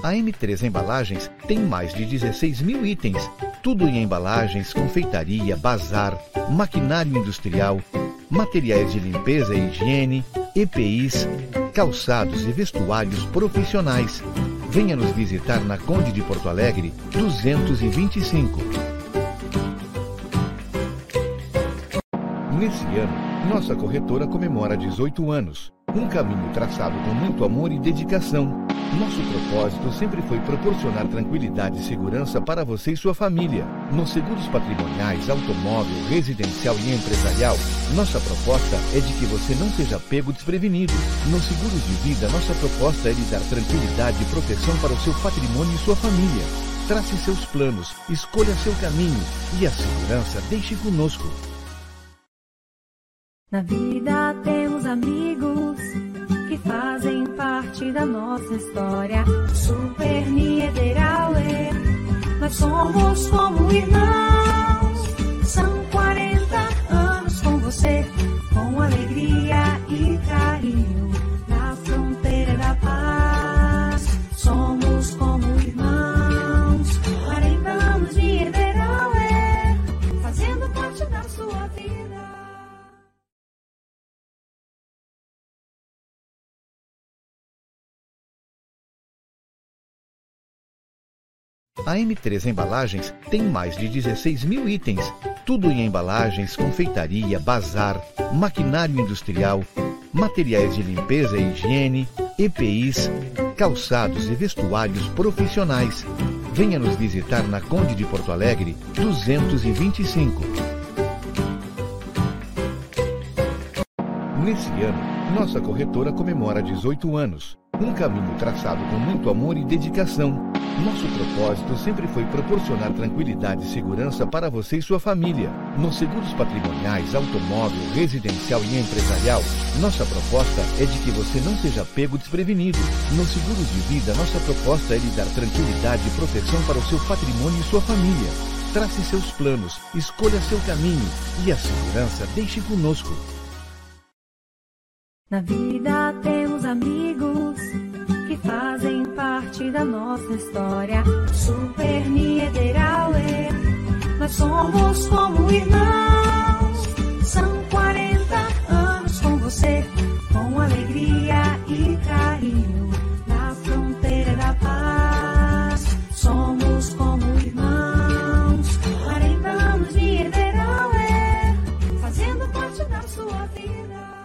A M3 Embalagens tem mais de 16 mil itens, tudo em embalagens, confeitaria, bazar, maquinário industrial, materiais de limpeza e higiene, EPIs, calçados e vestuários profissionais. Venha nos visitar na Conde de Porto Alegre, 225. Nesse ano, nossa corretora comemora 18 anos. Um caminho traçado com muito amor e dedicação. Nosso propósito sempre foi proporcionar tranquilidade e segurança para você e sua família. Nos seguros patrimoniais, automóvel, residencial e empresarial, nossa proposta é de que você não seja pego desprevenido. Nos seguros de vida, nossa proposta é lhe dar tranquilidade e proteção para o seu patrimônio e sua família. Trace seus planos, escolha seu caminho e a segurança deixe conosco. Na vida temos amigos que fazem parte da nossa história. Super Niederauer, nós somos como irmãos. São 40 anos com você, com alegria e carinho, na fronteira da paz. Somos como irmãos, 40 anos de Niederauer, fazendo parte da sua vida. A M3 Embalagens tem mais de 16 mil itens, tudo em embalagens, confeitaria, bazar, maquinário industrial, materiais de limpeza e higiene, EPIs, calçados e vestuários profissionais. Venha nos visitar na Conde de Porto Alegre, 225. Nesse ano, nossa corretora comemora 18 anos. Um caminho traçado com muito amor e dedicação. Nosso propósito sempre foi proporcionar tranquilidade e segurança para você e sua família. Nos seguros patrimoniais, automóvel, residencial e empresarial, nossa proposta é de que você não seja pego desprevenido. Nos seguros de vida, nossa proposta é lhe dar tranquilidade e proteção para o seu patrimônio e sua família. Trace seus planos, escolha seu caminho e a segurança deixe conosco. Na vida temos amigos que fazem parte da nossa história. Super Niederauer, nós somos como irmãos. São 40 anos com você, com alegria e carinho, na fronteira da paz. Somos como irmãos, 40 anos de Niederauer, fazendo parte da sua vida.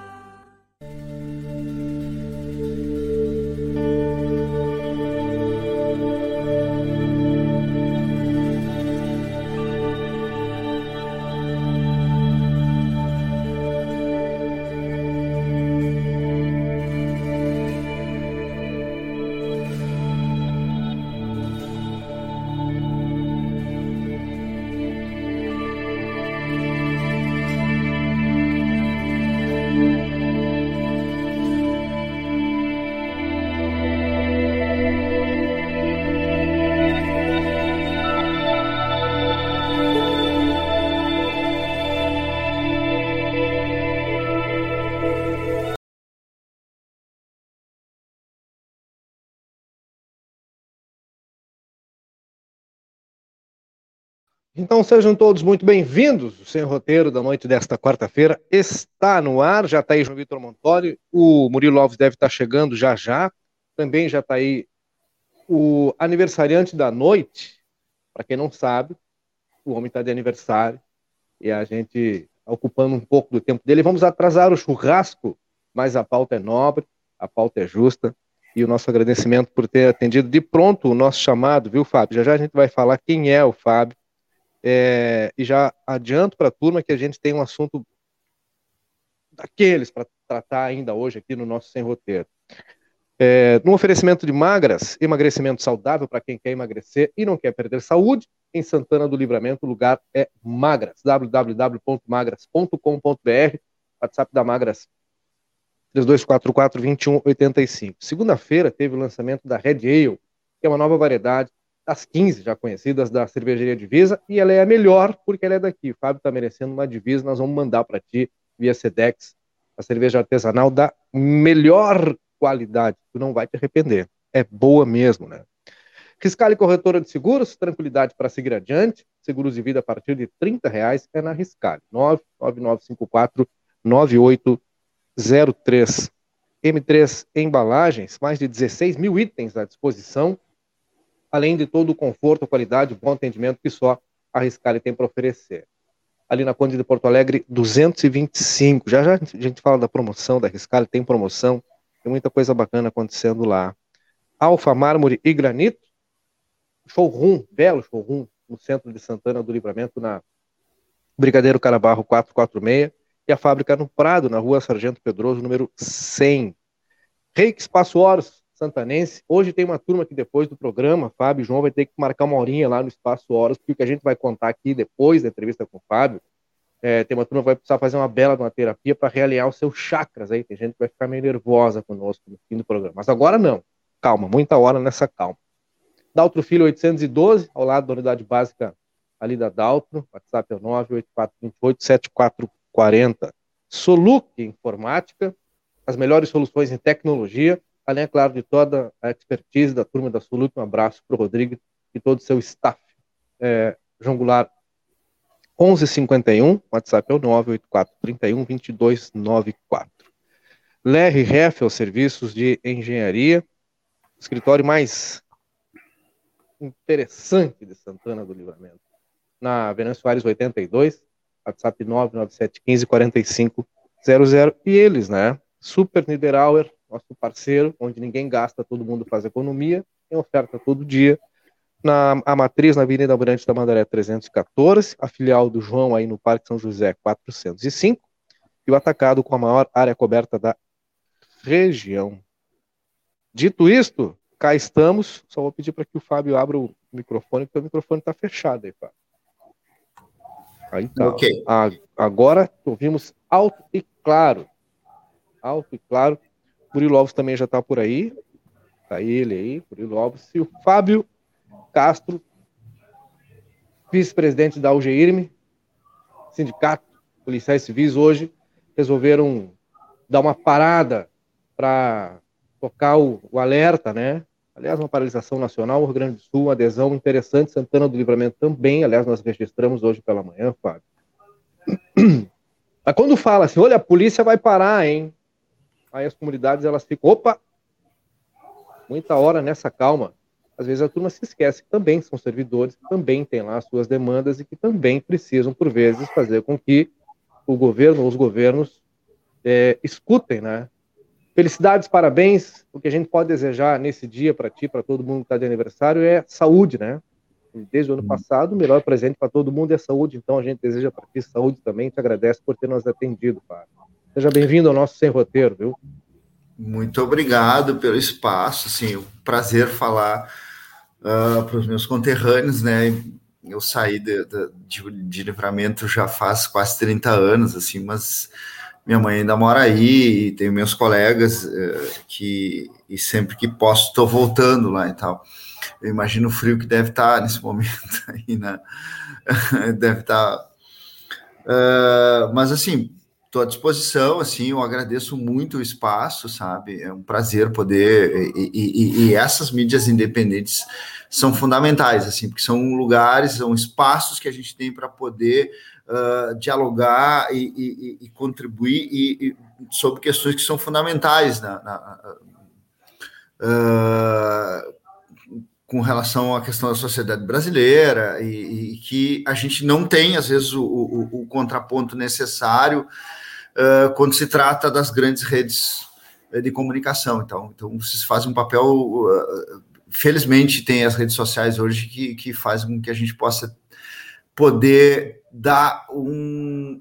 Então sejam todos muito bem-vindos. O Sem Roteiro da noite desta quarta-feira está no ar. Já está aí João Vitor Montori. O Murilo Alves deve estar chegando já já. Também já está aí o aniversariante da noite. Para quem não sabe, o homem está de aniversário e a gente está ocupando um pouco do tempo dele. Vamos atrasar o churrasco, mas a pauta é nobre, a pauta é justa. E o nosso agradecimento por ter atendido de pronto o nosso chamado, viu, Fábio? Já já a gente vai falar quem é o Fábio. E já adianto para a turma que a gente tem um assunto daqueles para tratar ainda hoje aqui no nosso Sem Roteiro. No oferecimento de Magras, emagrecimento saudável para quem quer emagrecer e não quer perder saúde, em Santana do Livramento o lugar é Magras, www.magras.com.br, WhatsApp da Magras 3244-2185. Segunda-feira teve o lançamento da Red Ale, que é uma nova variedade das 15 já conhecidas da Cervejaria Divisa, e ela é a melhor porque ela é daqui. O Fábio está merecendo uma divisa, nós vamos mandar para ti via Sedex, a cerveja artesanal da melhor qualidade. Tu não vai te arrepender. É boa mesmo, né? Riscale Corretora de Seguros, tranquilidade para seguir adiante. Seguros de vida a partir de R$30 é na Riscale. 99954-9803. M3 Embalagens, mais de 16 mil itens à disposição, além de todo o conforto, qualidade, bom atendimento que só a Riscale tem para oferecer. Ali na Conde de Porto Alegre, 225. Já a gente fala da promoção da Riscale, tem promoção, tem muita coisa bacana acontecendo lá. Alfa Mármore e Granito, showroom, belo showroom, no centro de Santana do Livramento, na Brigadeiro Carabarro 446, e a fábrica no Prado, na Rua Sargento Pedroso, número 100. Reiki Espaço Horus, santanense. Hoje tem uma turma aqui depois do programa, Fábio e João vai ter que marcar uma horinha lá no Espaço Horus, porque o que a gente vai contar aqui depois da entrevista com o Fábio, tem uma turma que vai precisar fazer uma bela de uma terapia para realinhar os seus chakras aí. Tem gente que vai ficar meio nervosa conosco no fim do programa. Mas agora não. Calma, muita hora nessa calma. Daltro Filho 812, ao lado da unidade básica ali da Daltro. WhatsApp é o 984287440. Soluc Informática, as melhores soluções em tecnologia, além, é claro, de toda a expertise da turma da Soluc. Um abraço para o Rodrigo e todo o seu staff. João Goulart 1151, WhatsApp é o 984312294. Lerre Heffel, serviços de engenharia, escritório mais interessante de Santana do Livramento. Na Venâncio Soares 82, WhatsApp 997154500. E eles, né? Super Niederauer, nosso parceiro, onde ninguém gasta, todo mundo faz economia, tem oferta todo dia. A matriz na Avenida Abrantes da Mandaré 314, a filial do João aí no Parque São José 405, e o atacado com a maior área coberta da região. Dito isto, cá estamos. Só vou pedir para que o Fábio abra o microfone, porque o microfone está fechado aí, Fábio. Aí tá. Ok. Agora ouvimos alto e claro. Alto e claro. Murilo Alves também já está por aí. Tá ele aí, Murilo Alves. E o Fábio Castro, vice-presidente da UGIRME, sindicato, policiais civis, hoje resolveram dar uma parada para tocar o alerta, né? Aliás, uma paralisação nacional, o Rio Grande do Sul, uma adesão interessante, Santana do Livramento também, aliás, nós registramos hoje pela manhã, Fábio. Mas quando fala assim, olha, a polícia vai parar, hein? Aí as comunidades, elas ficam, opa, muita hora nessa calma. Às vezes a turma se esquece que também são servidores, que também têm lá as suas demandas e que também precisam, por vezes, fazer com que o governo ou os governos escutem, né? Felicidades, parabéns. O que a gente pode desejar nesse dia para ti, para todo mundo que está de aniversário, é saúde, né? Desde o ano passado, o melhor presente para todo mundo é saúde. Então a gente deseja para ti saúde também. Te agradece por ter nos atendido, Fábio. Seja bem-vindo ao nosso Sem Roteiro, viu? Muito obrigado pelo espaço. Assim, um prazer falar para os meus conterrâneos, né? Eu saí de Livramento já faz quase 30 anos, assim, mas minha mãe ainda mora aí, e tenho meus colegas e sempre que posso estou voltando lá e tal. Eu imagino o frio que deve estar nesse momento aí, né? Deve estar... mas, assim, estou à disposição, assim, eu agradeço muito o espaço, sabe? É um prazer poder... E essas mídias independentes são fundamentais, assim, porque são lugares, são espaços que a gente tem para poder dialogar e contribuir sobre questões que são fundamentais com relação à questão da sociedade brasileira e que a gente não tem, às vezes, o contraponto necessário quando se trata das grandes redes de comunicação. Então vocês fazem um papel... felizmente, tem as redes sociais hoje que fazem com que a gente possa poder dar o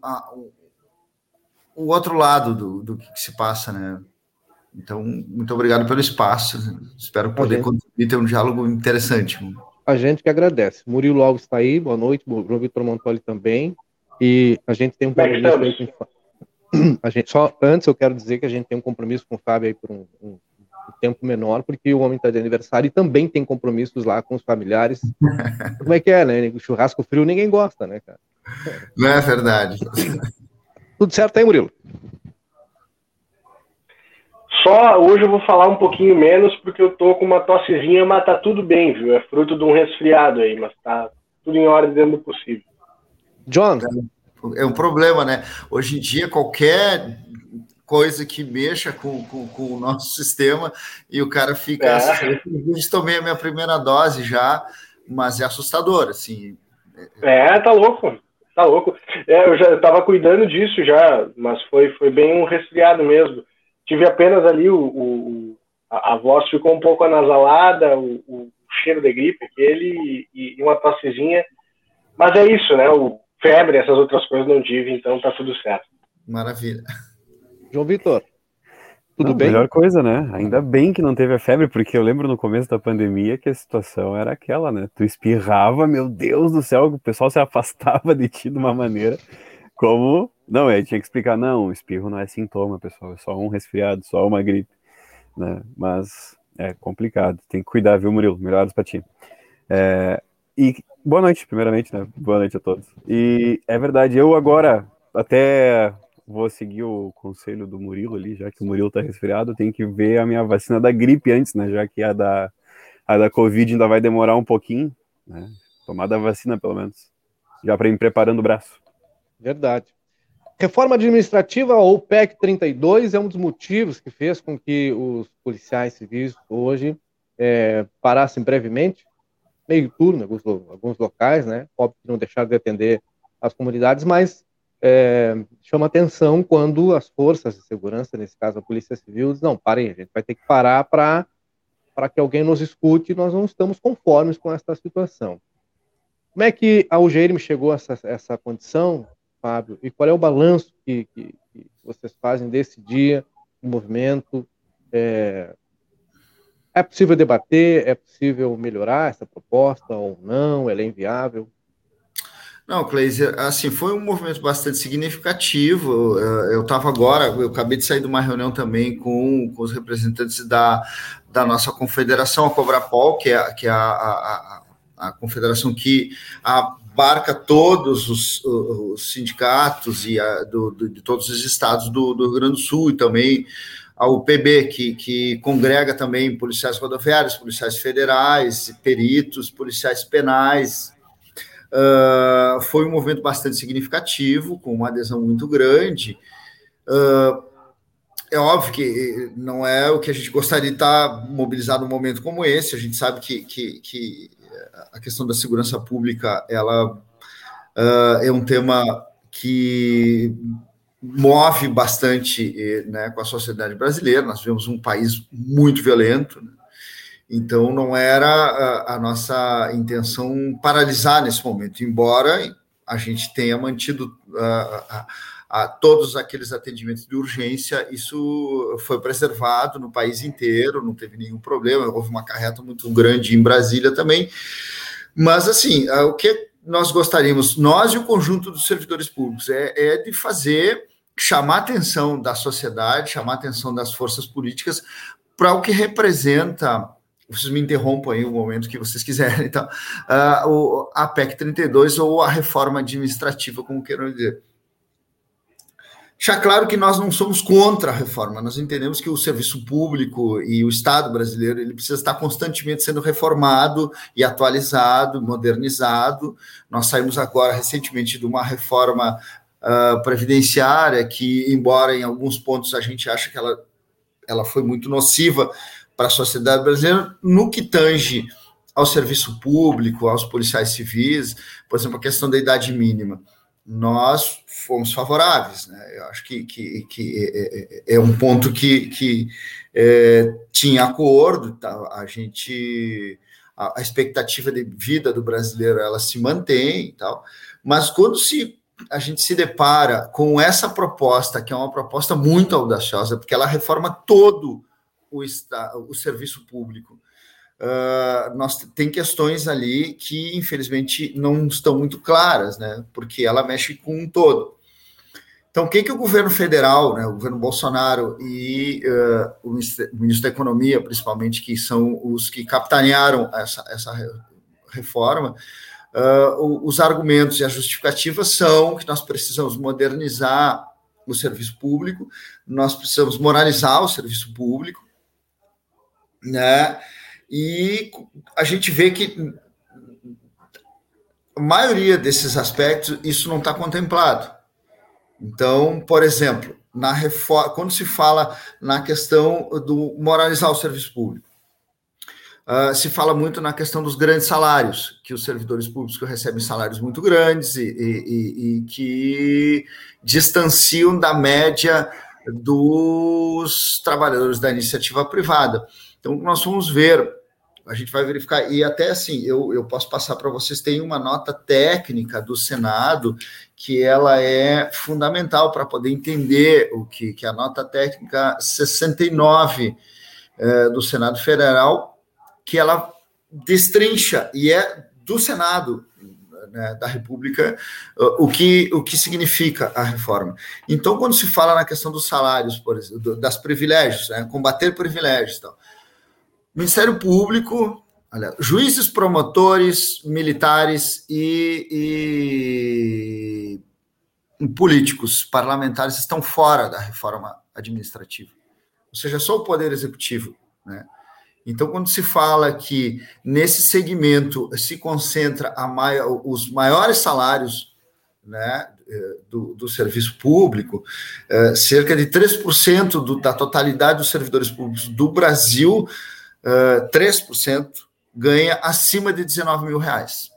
outro lado do que se passa, né? Então, muito obrigado pelo espaço. Espero poder contribuir, ter um diálogo interessante. A gente que agradece. Murilo Alves está aí, boa noite. João Vitor Montoli também. E a gente tem um compromisso aí com... Só antes eu quero dizer que a gente tem um compromisso com o Fábio aí por um tempo menor, porque o homem está de aniversário e também tem compromissos lá com os familiares. Como é que é, né? O churrasco frio ninguém gosta, né, cara? Não é verdade. Tudo certo aí, Murilo? hoje eu vou falar um pouquinho menos, porque eu tô com uma tossezinha, mas tá tudo bem, viu? É fruto de um resfriado aí, mas tá tudo em ordem dentro do possível. John? É um problema, né? Hoje em dia, qualquer coisa que mexa com o nosso sistema e o cara fica... Eu tomei a minha primeira dose já, mas é assustador, assim. Tá louco. Tá louco. Eu já estava cuidando disso já, mas foi bem um resfriado mesmo. Tive apenas ali a voz ficou um pouco anasalada, o cheiro de gripe aquele e uma tossezinha. Mas é isso, né? O febre, essas outras coisas não tive, então tá tudo certo. Maravilha. João Vitor, tudo bem? Melhor coisa, né? Ainda bem que não teve a febre, porque eu lembro no começo da pandemia que a situação era aquela, né? Tu espirrava, meu Deus do céu, o pessoal se afastava de ti de uma maneira como... Não, tinha que explicar, não, o espirro não é sintoma, pessoal, é só um resfriado, só uma gripe, né? Mas é complicado, tem que cuidar, viu, Murilo? Melhoras pra ti. E boa noite, primeiramente, né? Boa noite a todos. E é verdade, eu agora até... vou seguir o conselho do Murilo ali, já que o Murilo tá resfriado, tem que ver a minha vacina da gripe antes, né? Já que a da Covid ainda vai demorar um pouquinho, né? Tomar da vacina, pelo menos. Já para ir preparando o braço. Verdade. Reforma administrativa ou PEC 32 é um dos motivos que fez com que os policiais civis hoje parassem brevemente, meio turno, alguns locais, né? Óbvio que não deixaram de atender as comunidades, mas chama atenção quando as forças de segurança, nesse caso a Polícia Civil, diz, não, parem, a gente vai ter que parar para que alguém nos escute, nós não estamos conformes com essa situação. Como é que a UGEIRM chegou a essa condição, Fábio, e qual é o balanço que vocês fazem desse dia, do movimento? É possível debater, é possível melhorar essa proposta ou não, ela é inviável? Não, Cleiser, assim, foi um movimento bastante significativo. Eu acabei de sair de uma reunião também com os representantes da nossa confederação, a Cobrapol, que é a confederação que abarca todos os sindicatos de todos os estados do Rio Grande do Sul, e também a UPB, que congrega também policiais rodoviários, policiais federais, peritos, policiais penais. Foi um movimento bastante significativo, com uma adesão muito grande. É óbvio que não é o que a gente gostaria de estar mobilizado num momento como esse. A gente sabe que a questão da segurança pública ela é um tema que move bastante, né, com a sociedade brasileira. Nós vivemos um país muito violento, né? Então, não era a nossa intenção paralisar nesse momento, embora a gente tenha mantido todos aqueles atendimentos de urgência, isso foi preservado no país inteiro, não teve nenhum problema, houve uma carreta muito grande em Brasília também, mas, assim, o que nós gostaríamos, nós e o conjunto dos servidores públicos, é de chamar a atenção da sociedade, chamar a atenção das forças políticas para o que representa... Vocês me interrompam aí o momento que vocês quiserem, então, a PEC 32 ou a reforma administrativa, como queiram dizer. Deixar claro que nós não somos contra a reforma, nós entendemos que o serviço público e o Estado brasileiro ele precisa estar constantemente sendo reformado e atualizado, modernizado. Nós saímos agora recentemente de uma reforma previdenciária que, embora em alguns pontos a gente ache que ela foi muito nociva para a sociedade brasileira, no que tange ao serviço público, aos policiais civis, por exemplo, a questão da idade mínima, nós fomos favoráveis, né? Eu acho que é um ponto que tinha acordo, tá? A expectativa de vida do brasileiro ela se mantém e tal, mas quando a gente se depara com essa proposta, que é uma proposta muito audaciosa, porque ela reforma todo o serviço público. Tem questões ali que, infelizmente, não estão muito claras, né? Porque ela mexe com um todo. Então, o que o governo federal, né, o governo Bolsonaro e o ministro da Economia, principalmente, que são os que capitanearam essa reforma, os argumentos e as justificativas são que nós precisamos modernizar o serviço público, nós precisamos moralizar o serviço público, né? E a gente vê que a maioria desses aspectos, isso não está contemplado. Então, por exemplo, na reforma, quando se fala na questão do moralizar o serviço público, se fala muito na questão dos grandes salários, que os servidores públicos recebem salários muito grandes e que distanciam da média dos trabalhadores da iniciativa privada. Então, nós vamos ver, a gente vai verificar, e até assim, eu posso passar para vocês, tem uma nota técnica do Senado, que ela é fundamental para poder entender o que é a nota técnica 69 do Senado Federal, que ela destrincha, e é do Senado, né, da República, o que significa a reforma. Então, quando se fala na questão dos salários, por exemplo, das privilégios, né, combater privilégios e tal, Ministério Público, olha, juízes, promotores, militares e políticos, parlamentares estão fora da reforma administrativa. Ou seja, só o Poder Executivo, né? Então, quando se fala que nesse segmento se concentra os maiores salários, né, do serviço público, cerca de 3% da totalidade dos servidores públicos do Brasil, 3% ganha acima de R$19 mil.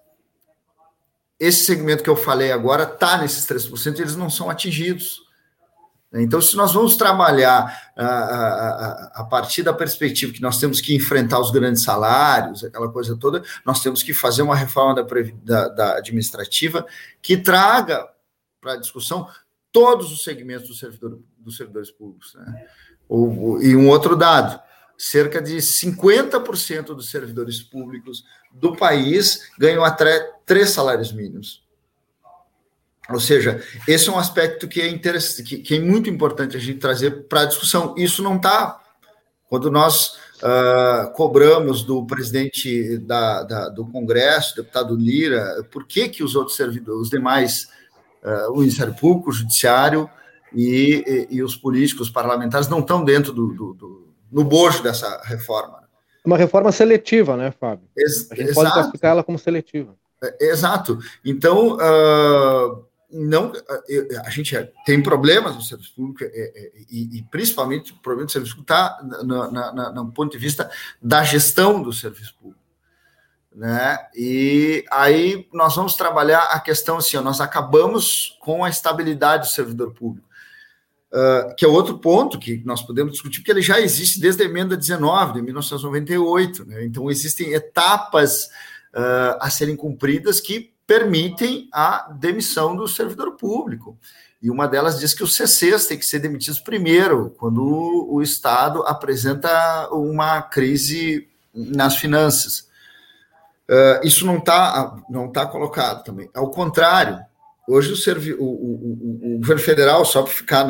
Esse segmento que eu falei agora está nesses 3%, eles não são atingidos. Então, se nós vamos trabalhar a partir da perspectiva que nós temos que enfrentar os grandes salários, aquela coisa toda, nós temos que fazer uma reforma da administrativa que traga para a discussão todos os segmentos dos servidores públicos, né? E um outro dado, cerca de 50% dos servidores públicos do país ganham até 3 salários mínimos. Ou seja, esse é um aspecto que é interessante, que é muito importante a gente trazer para a discussão. Isso não está... Quando nós cobramos do presidente do Congresso, deputado Lira, por que os outros servidores, os demais, o Ministério Público, o Judiciário e os políticos, os parlamentares, não estão dentro no bojo dessa reforma? Uma reforma seletiva, né, Fábio? A gente pode classificar ela como seletiva. Exato. Então... não, a gente tem problemas no serviço público e principalmente o problema do serviço público está no ponto de vista da gestão do serviço público, né? E aí nós vamos trabalhar a questão assim, nós acabamos com a estabilidade do servidor público, que é outro ponto que nós podemos discutir, porque ele já existe desde a emenda 19 de 1998, né? Então existem etapas a serem cumpridas que permitem a demissão do servidor público. E uma delas diz que os CCs têm que ser demitidos primeiro, quando o Estado apresenta uma crise nas finanças. Isso não tá colocado também. Ao contrário, hoje o governo federal, só para ficar,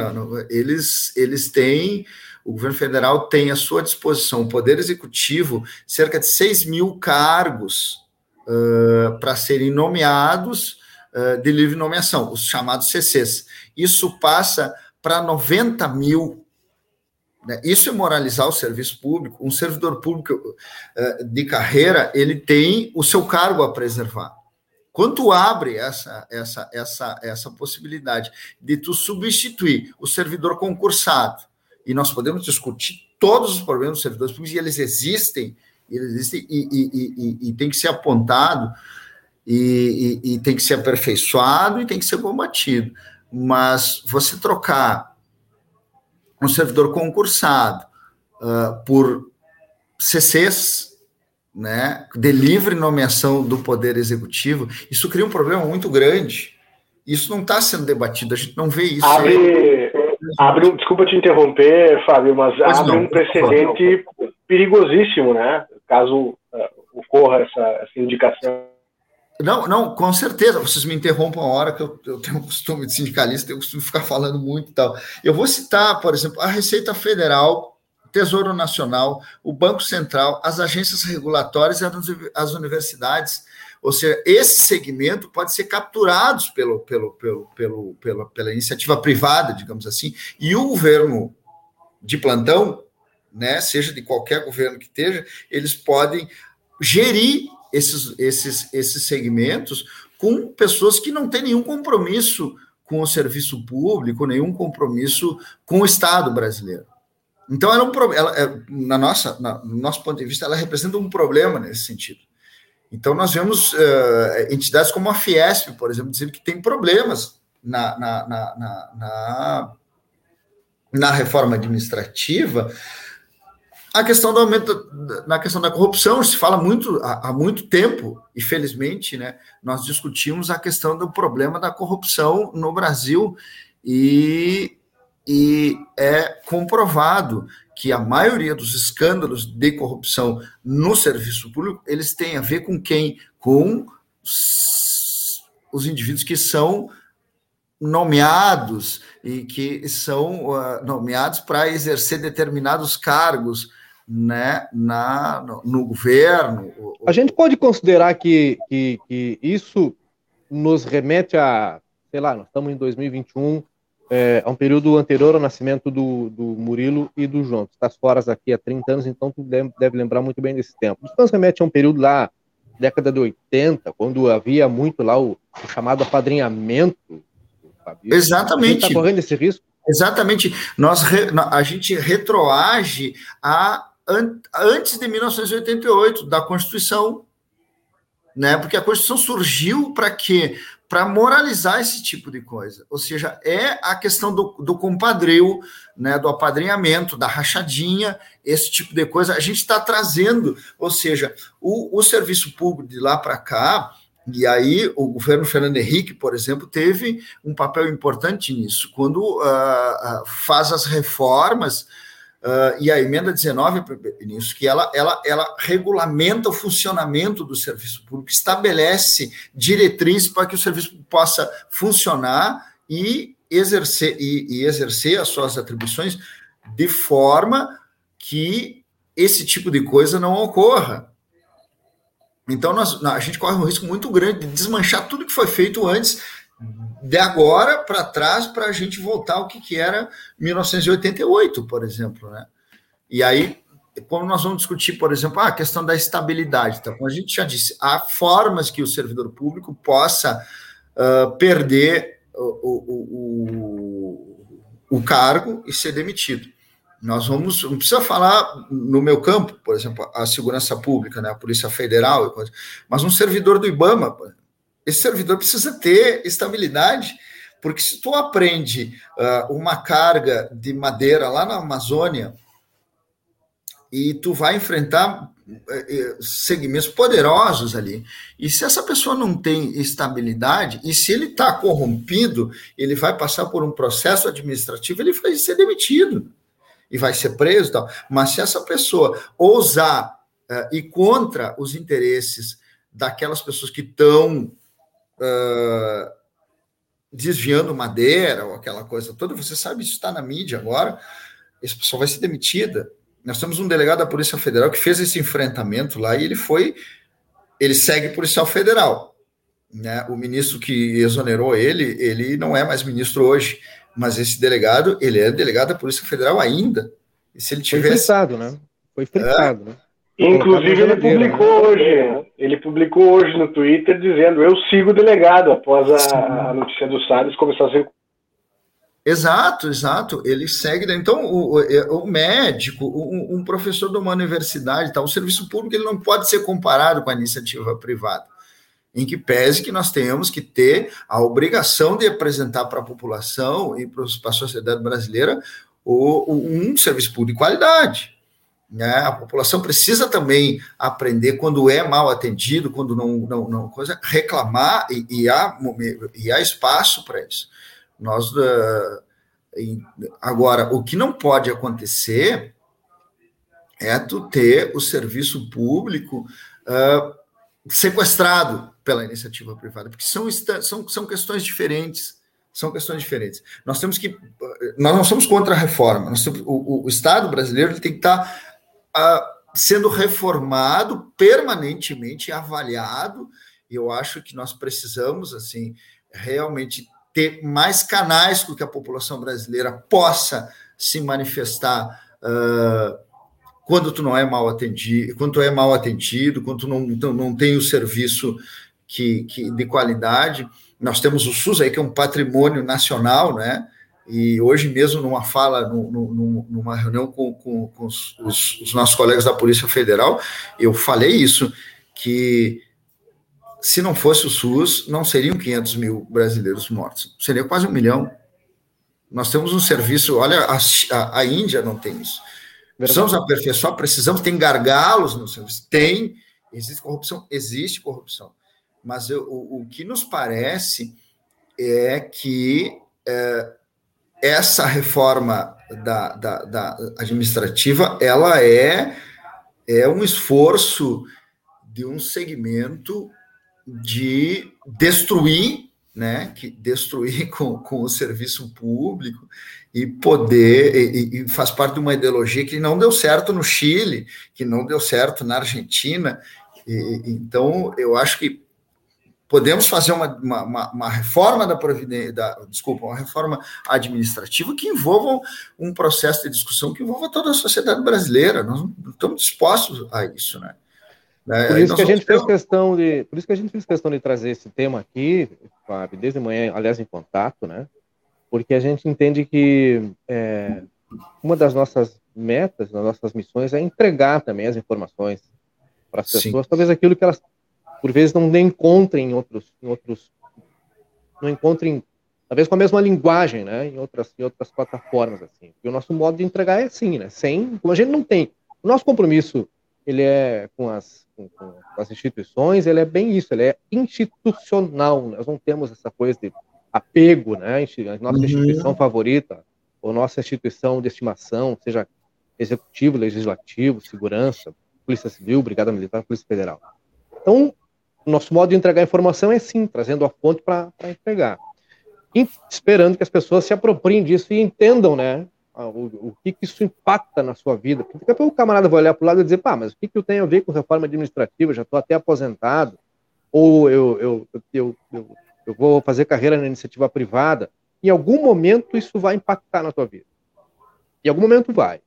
o governo federal tem à sua disposição, o Poder Executivo, cerca de 6 mil cargos para serem nomeados de livre nomeação, os chamados CCs. Isso passa para 90 mil. Né? Isso é moralizar o serviço público. Um servidor público de carreira, ele tem o seu cargo a preservar. Quando abre essa possibilidade de tu substituir o servidor concursado, e nós podemos discutir todos os problemas dos servidores públicos, e eles existem e tem que ser apontado, e tem que ser aperfeiçoado, e tem que ser combatido. Mas você trocar um servidor concursado por CCs, né, de livre nomeação do Poder Executivo, isso cria um problema muito grande. Isso não está sendo debatido, a gente não vê isso. Desculpa te interromper, Fábio, mas abre um precedente perigosíssimo, né? Caso ocorra essa indicação. Não, com certeza. Vocês me interrompam a hora que eu tenho um costume de sindicalista, eu costumo ficar falando muito e tal. Eu vou citar, por exemplo, a Receita Federal, o Tesouro Nacional, o Banco Central, as agências regulatórias e as universidades. Ou seja, esse segmento pode ser capturado pela iniciativa privada, digamos assim, e o governo de plantão, né, seja de qualquer governo que esteja, eles podem gerir esses segmentos com pessoas que não têm nenhum compromisso com o serviço público, nenhum compromisso com o Estado brasileiro. Então, no nosso ponto de vista, ela representa um problema nesse sentido. Então, nós vemos entidades como a Fiesp, por exemplo, dizendo que tem problemas na reforma administrativa. A questão do aumento, na questão da corrupção, se fala muito, há muito tempo, e felizmente, né, nós discutimos a questão do problema da corrupção no Brasil, e é comprovado que a maioria dos escândalos de corrupção no serviço público, eles têm a ver com quem? Com os indivíduos que são nomeados e que são nomeados para exercer determinados cargos, né, no governo. A gente pode considerar que isso nos remete a, sei lá, nós estamos em 2021, a um período anterior ao nascimento do Murilo e do João. Tu estás fora aqui há 30 anos, então tu deve lembrar muito bem desse tempo. Isso nos remete a um período lá, década de 80, quando havia muito lá o chamado apadrinhamento. Exatamente. A gente está correndo esse risco? Exatamente. A gente retroage antes de 1988, da Constituição, né? Porque a Constituição surgiu para quê? Para moralizar esse tipo de coisa. Ou seja, é a questão do compadrio, né? Do apadrinhamento, da rachadinha, esse tipo de coisa. A gente está trazendo, ou seja, o serviço público de lá para cá. E aí o governo Fernando Henrique, por exemplo, teve um papel importante nisso, quando faz as reformas, e a emenda 19, nisso, que ela regulamenta o funcionamento do serviço público, estabelece diretrizes para que o serviço possa funcionar e exercer as suas atribuições de forma que esse tipo de coisa não ocorra. Então, a gente corre um risco muito grande de desmanchar tudo que foi feito antes, de agora para trás, para a gente voltar ao que era 1988, por exemplo, né? E aí, como nós vamos discutir, por exemplo, a questão da estabilidade, tá? Como a gente já disse, há formas que o servidor público possa perder o cargo e ser demitido. Não precisa falar no meu campo, por exemplo, a segurança pública, né, a Polícia Federal, mas um servidor do IBAMA, esse servidor precisa ter estabilidade, porque se tu aprende uma carga de madeira lá na Amazônia e tu vai enfrentar segmentos poderosos ali, e se essa pessoa não tem estabilidade, e se ele está corrompido, ele vai passar por um processo administrativo, ele vai ser demitido e vai ser preso e tal. Mas se essa pessoa ousar ir contra os interesses daquelas pessoas que estão desviando madeira ou aquela coisa toda, você sabe, isso está na mídia agora, essa pessoa vai ser demitida. Nós temos um delegado da Polícia Federal que fez esse enfrentamento lá e ele segue policial federal, né? O ministro que exonerou ele não é mais ministro hoje, mas esse delegado, ele é delegado da Polícia Federal ainda. E se ele tivesse... Foi fritado, né? Foi fritado, né? Inclusive, ele publicou hoje no Twitter dizendo: eu sigo o delegado, após a notícia do Salles começar a ser... Exato. Ele segue. Então, o médico, um professor de uma universidade, o serviço público, ele não pode ser comparado com a iniciativa privada, em que pese que nós tenhamos que ter a obrigação de apresentar para a população e para a sociedade brasileira um serviço público de qualidade. Né? A população precisa também aprender, quando é mal atendido, quando não coisa, reclamar, e há espaço para isso. Agora, o que não pode acontecer é tu ter o serviço público sequestrado pela iniciativa privada, porque são questões diferentes. São questões diferentes. Nós não somos contra a reforma. O Estado brasileiro ele tem que estar sendo reformado permanentemente, avaliado eu acho que nós precisamos, assim, realmente ter mais canais com que a população brasileira possa se manifestar quando tu não é mal atendido, quando tu é mal atendido, quando tu não tem o serviço de qualidade. Nós temos o SUS aí, que é um patrimônio nacional, né? E hoje mesmo, numa fala, numa reunião com os nossos colegas da Polícia Federal, eu falei isso, que se não fosse o SUS, não seriam 500 mil brasileiros mortos, seria quase 1 milhão. Nós temos um serviço, olha, a Índia não tem isso. Precisamos aperfeiçoar, tem gargalos no serviço, existe corrupção, mas o que nos parece é que essa reforma da administrativa, ela é um esforço de um segmento de destruir, né, destruir com o serviço público e poder, e faz parte de uma ideologia que não deu certo no Chile, que não deu certo na Argentina. Então, eu acho que podemos fazer uma reforma uma reforma administrativa que envolva um processo de discussão que envolva toda a sociedade brasileira. Nós não estamos dispostos a isso, né? Por isso que a gente fez questão de trazer esse tema aqui, Fábio, desde manhã, aliás, em contato, né? Porque a gente entende que uma das nossas metas, das nossas missões, é entregar também as informações para as pessoas, talvez aquilo que elas por vezes não encontrem em outros, não encontrem, talvez com a mesma linguagem, né, em outras plataformas, assim. E o nosso modo de entregar é assim, né, como a gente não tem, o nosso compromisso, ele é com as instituições, ele é bem isso, ele é institucional, nós não temos essa coisa de apego, né, a nossa instituição favorita, ou nossa instituição de estimação, seja executivo, legislativo, segurança, Polícia Civil, Brigada Militar, Polícia Federal. Então, o nosso modo de entregar informação é sim, trazendo a fonte para entregar. E esperando que as pessoas se apropriem disso e entendam, né, o que isso impacta na sua vida. Porque daqui a pouco o camarada vai olhar para o lado e dizer, mas o que eu tenho a ver com reforma administrativa? Eu já estou até aposentado. Ou eu vou fazer carreira na iniciativa privada. Em algum momento isso vai impactar na tua vida. Em algum momento vai.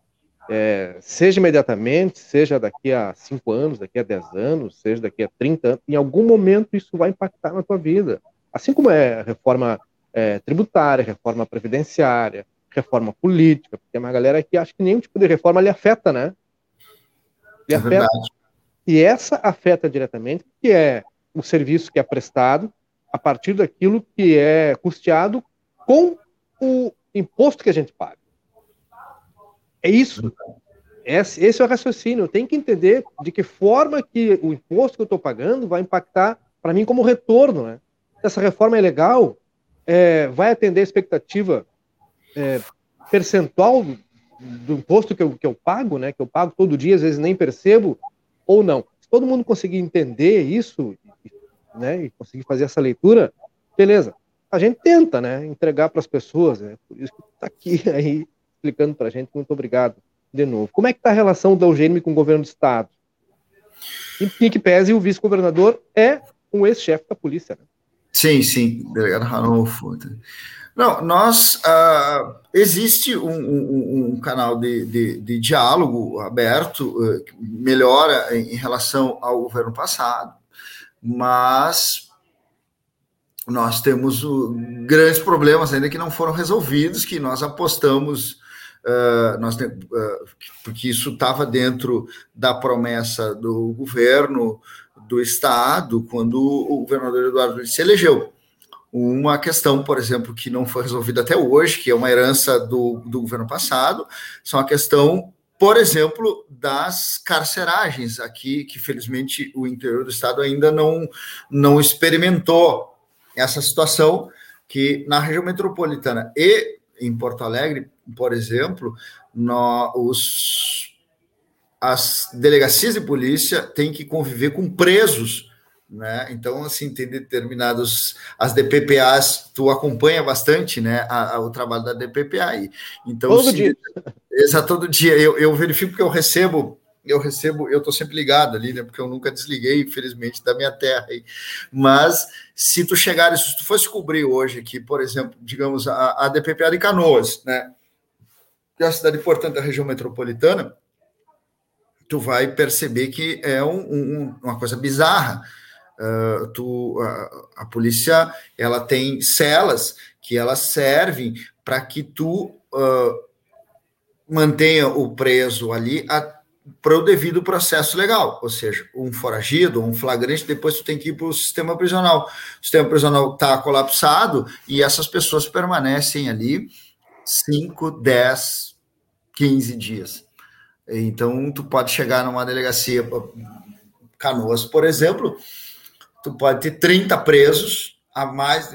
Seja imediatamente, seja daqui a 5 anos, daqui a 10 anos, seja daqui a 30 anos, em algum momento isso vai impactar na tua vida. Assim como reforma tributária, reforma previdenciária, reforma política, porque tem uma galera que acha que nenhum tipo de reforma lhe afeta, né? Lhe afeta. Verdade. E essa afeta diretamente, que é o serviço que é prestado a partir daquilo que é custeado com o imposto que a gente paga. É isso. Esse é o raciocínio. Eu tenho que entender de que forma que o imposto que eu estou pagando vai impactar para mim como retorno, né? Se essa reforma é legal, vai atender a expectativa percentual do imposto que eu pago, né? Que eu pago todo dia, às vezes nem percebo, ou não. Se todo mundo conseguir entender isso, né? E conseguir fazer essa leitura, beleza. A gente tenta, né? Entregar para as pessoas. Por isso que está aqui aí explicando para a gente. Muito obrigado de novo. Como é que está a relação da UGM com o governo do Estado? Em que pese o vice-governador é um ex-chefe da polícia, né? Sim, delegado Ranolfo. Não, existe um canal de diálogo aberto, melhora em relação ao governo passado, mas nós temos grandes problemas ainda que não foram resolvidos, que nós apostamos, porque isso estava dentro da promessa do governo do Estado, quando o governador Eduardo se elegeu. Uma questão, por exemplo, que não foi resolvida até hoje, que é uma herança do governo passado, são a questão, por exemplo, das carceragens aqui, que felizmente o interior do Estado ainda não experimentou essa situação, que na região metropolitana e em Porto Alegre, por exemplo, as delegacias de polícia têm que conviver com presos, né? Então, assim, tem determinados... As DPPAs, tu acompanha bastante, né, o trabalho da DPPA aí. Então, todo dia. Todo dia. Eu verifico que eu recebo eu recebo, eu estou sempre ligado ali, né? Porque eu nunca desliguei, infelizmente, da minha terra aí. Mas se tu chegares, se tu fosse cobrir hoje aqui, por exemplo, digamos, a DPPA de Canoas, né? Que é uma cidade importante da região metropolitana, tu vai perceber que é uma coisa bizarra. A polícia, ela tem celas que elas servem para que tu mantenha o preso ali para o devido processo legal, ou seja, um foragido, um flagrante, depois tu tem que ir para o sistema prisional. O sistema prisional está colapsado e essas pessoas permanecem ali 5, 10, 15 dias. Então, tu pode chegar numa delegacia, Canoas, por exemplo, tu pode ter 30 presos a mais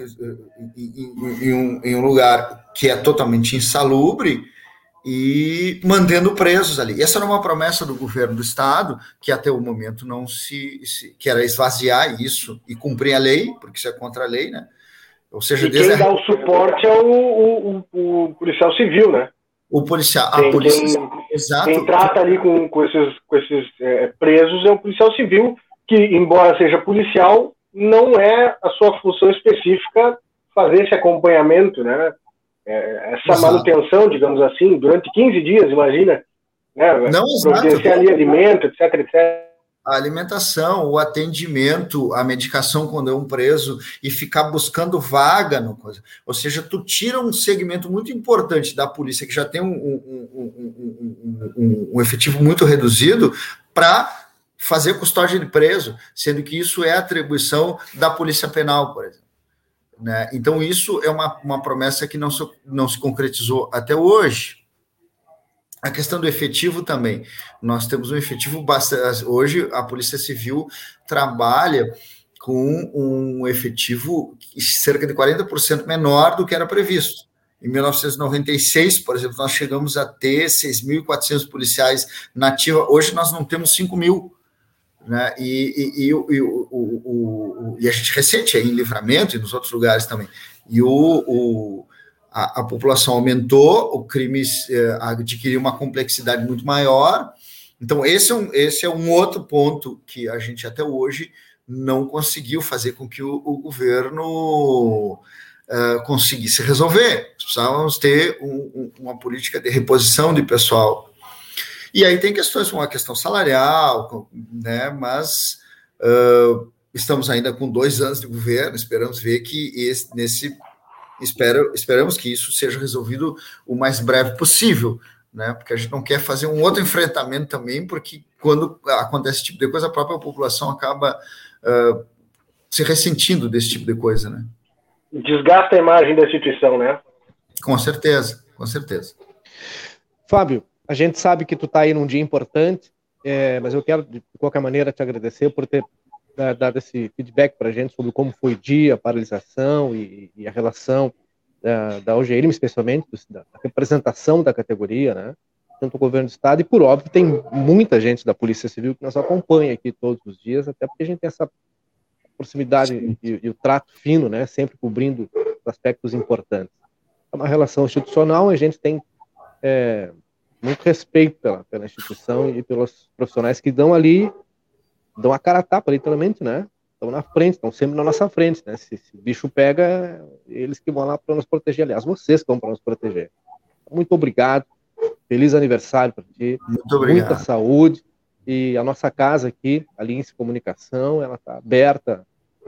em um lugar que é totalmente insalubre e mantendo presos ali. Essa era uma promessa do governo do estado, que até o momento não que era esvaziar isso e cumprir a lei, porque isso é contra a lei, né? Ou seja, e quem dá o suporte é o policial civil, né? O policial, a polícia, exato. Quem trata ali com esses presos é o policial civil, que, embora seja policial, não é a sua função específica fazer esse acompanhamento, né? Essa exato. Manutenção, digamos assim, durante 15 dias, imagina, né? Não, providenciar ali alimento, etc, etc. A alimentação, o atendimento, a medicação quando é um preso e ficar buscando vaga no coisa. Ou seja, tu tira um segmento muito importante da polícia que já tem um efetivo muito reduzido para fazer custódia de preso, sendo que isso é atribuição da Polícia Penal, por exemplo. Né? Então, isso é uma promessa que não se concretizou até hoje. A questão do efetivo também. Nós temos um efetivo bastante. Hoje, a Polícia Civil trabalha com um efetivo cerca de 40% menor do que era previsto. Em 1996, por exemplo, nós chegamos a ter 6.400 policiais na ativa. Hoje, nós não temos 5.000. Né? E a gente recente em Livramento e nos outros lugares também. E a população aumentou, o crime adquiriu uma complexidade muito maior. Então, esse é um outro ponto que a gente até hoje não conseguiu fazer com que o governo conseguisse resolver. Precisávamos ter uma política de reposição de pessoal. E aí tem questões como a questão salarial, né? Mas estamos ainda com 2 anos de governo, esperamos ver que esperamos que isso seja resolvido o mais breve possível, né? Porque a gente não quer fazer um outro enfrentamento também, porque quando acontece esse tipo de coisa, a própria população acaba se ressentindo desse tipo de coisa, né? Desgasta a imagem da instituição, né? Com certeza, com certeza. Fábio, a gente sabe que tu está aí num dia importante, mas eu quero, de qualquer maneira, te agradecer por ter dado esse feedback para a gente sobre como foi o dia, a paralisação e a relação da UGIRM, especialmente, da representação da categoria, né? Tanto o governo do estado, e por óbvio tem muita gente da Polícia Civil que nos acompanha aqui todos os dias, até porque a gente tem essa proximidade e o trato fino, né? Sempre cobrindo aspectos importantes. É uma relação institucional, a gente tem muito respeito pela instituição e pelos profissionais que dão a cara a tapa, literalmente, né? Estão na frente, estão sempre na nossa frente, né? Se o bicho pega, eles que vão lá para nos proteger. Aliás, vocês que vão para nos proteger. Muito obrigado. Feliz aniversário para ti. Muito obrigado. Muita saúde. E a nossa casa aqui, a Lince Comunicação, ela está aberta,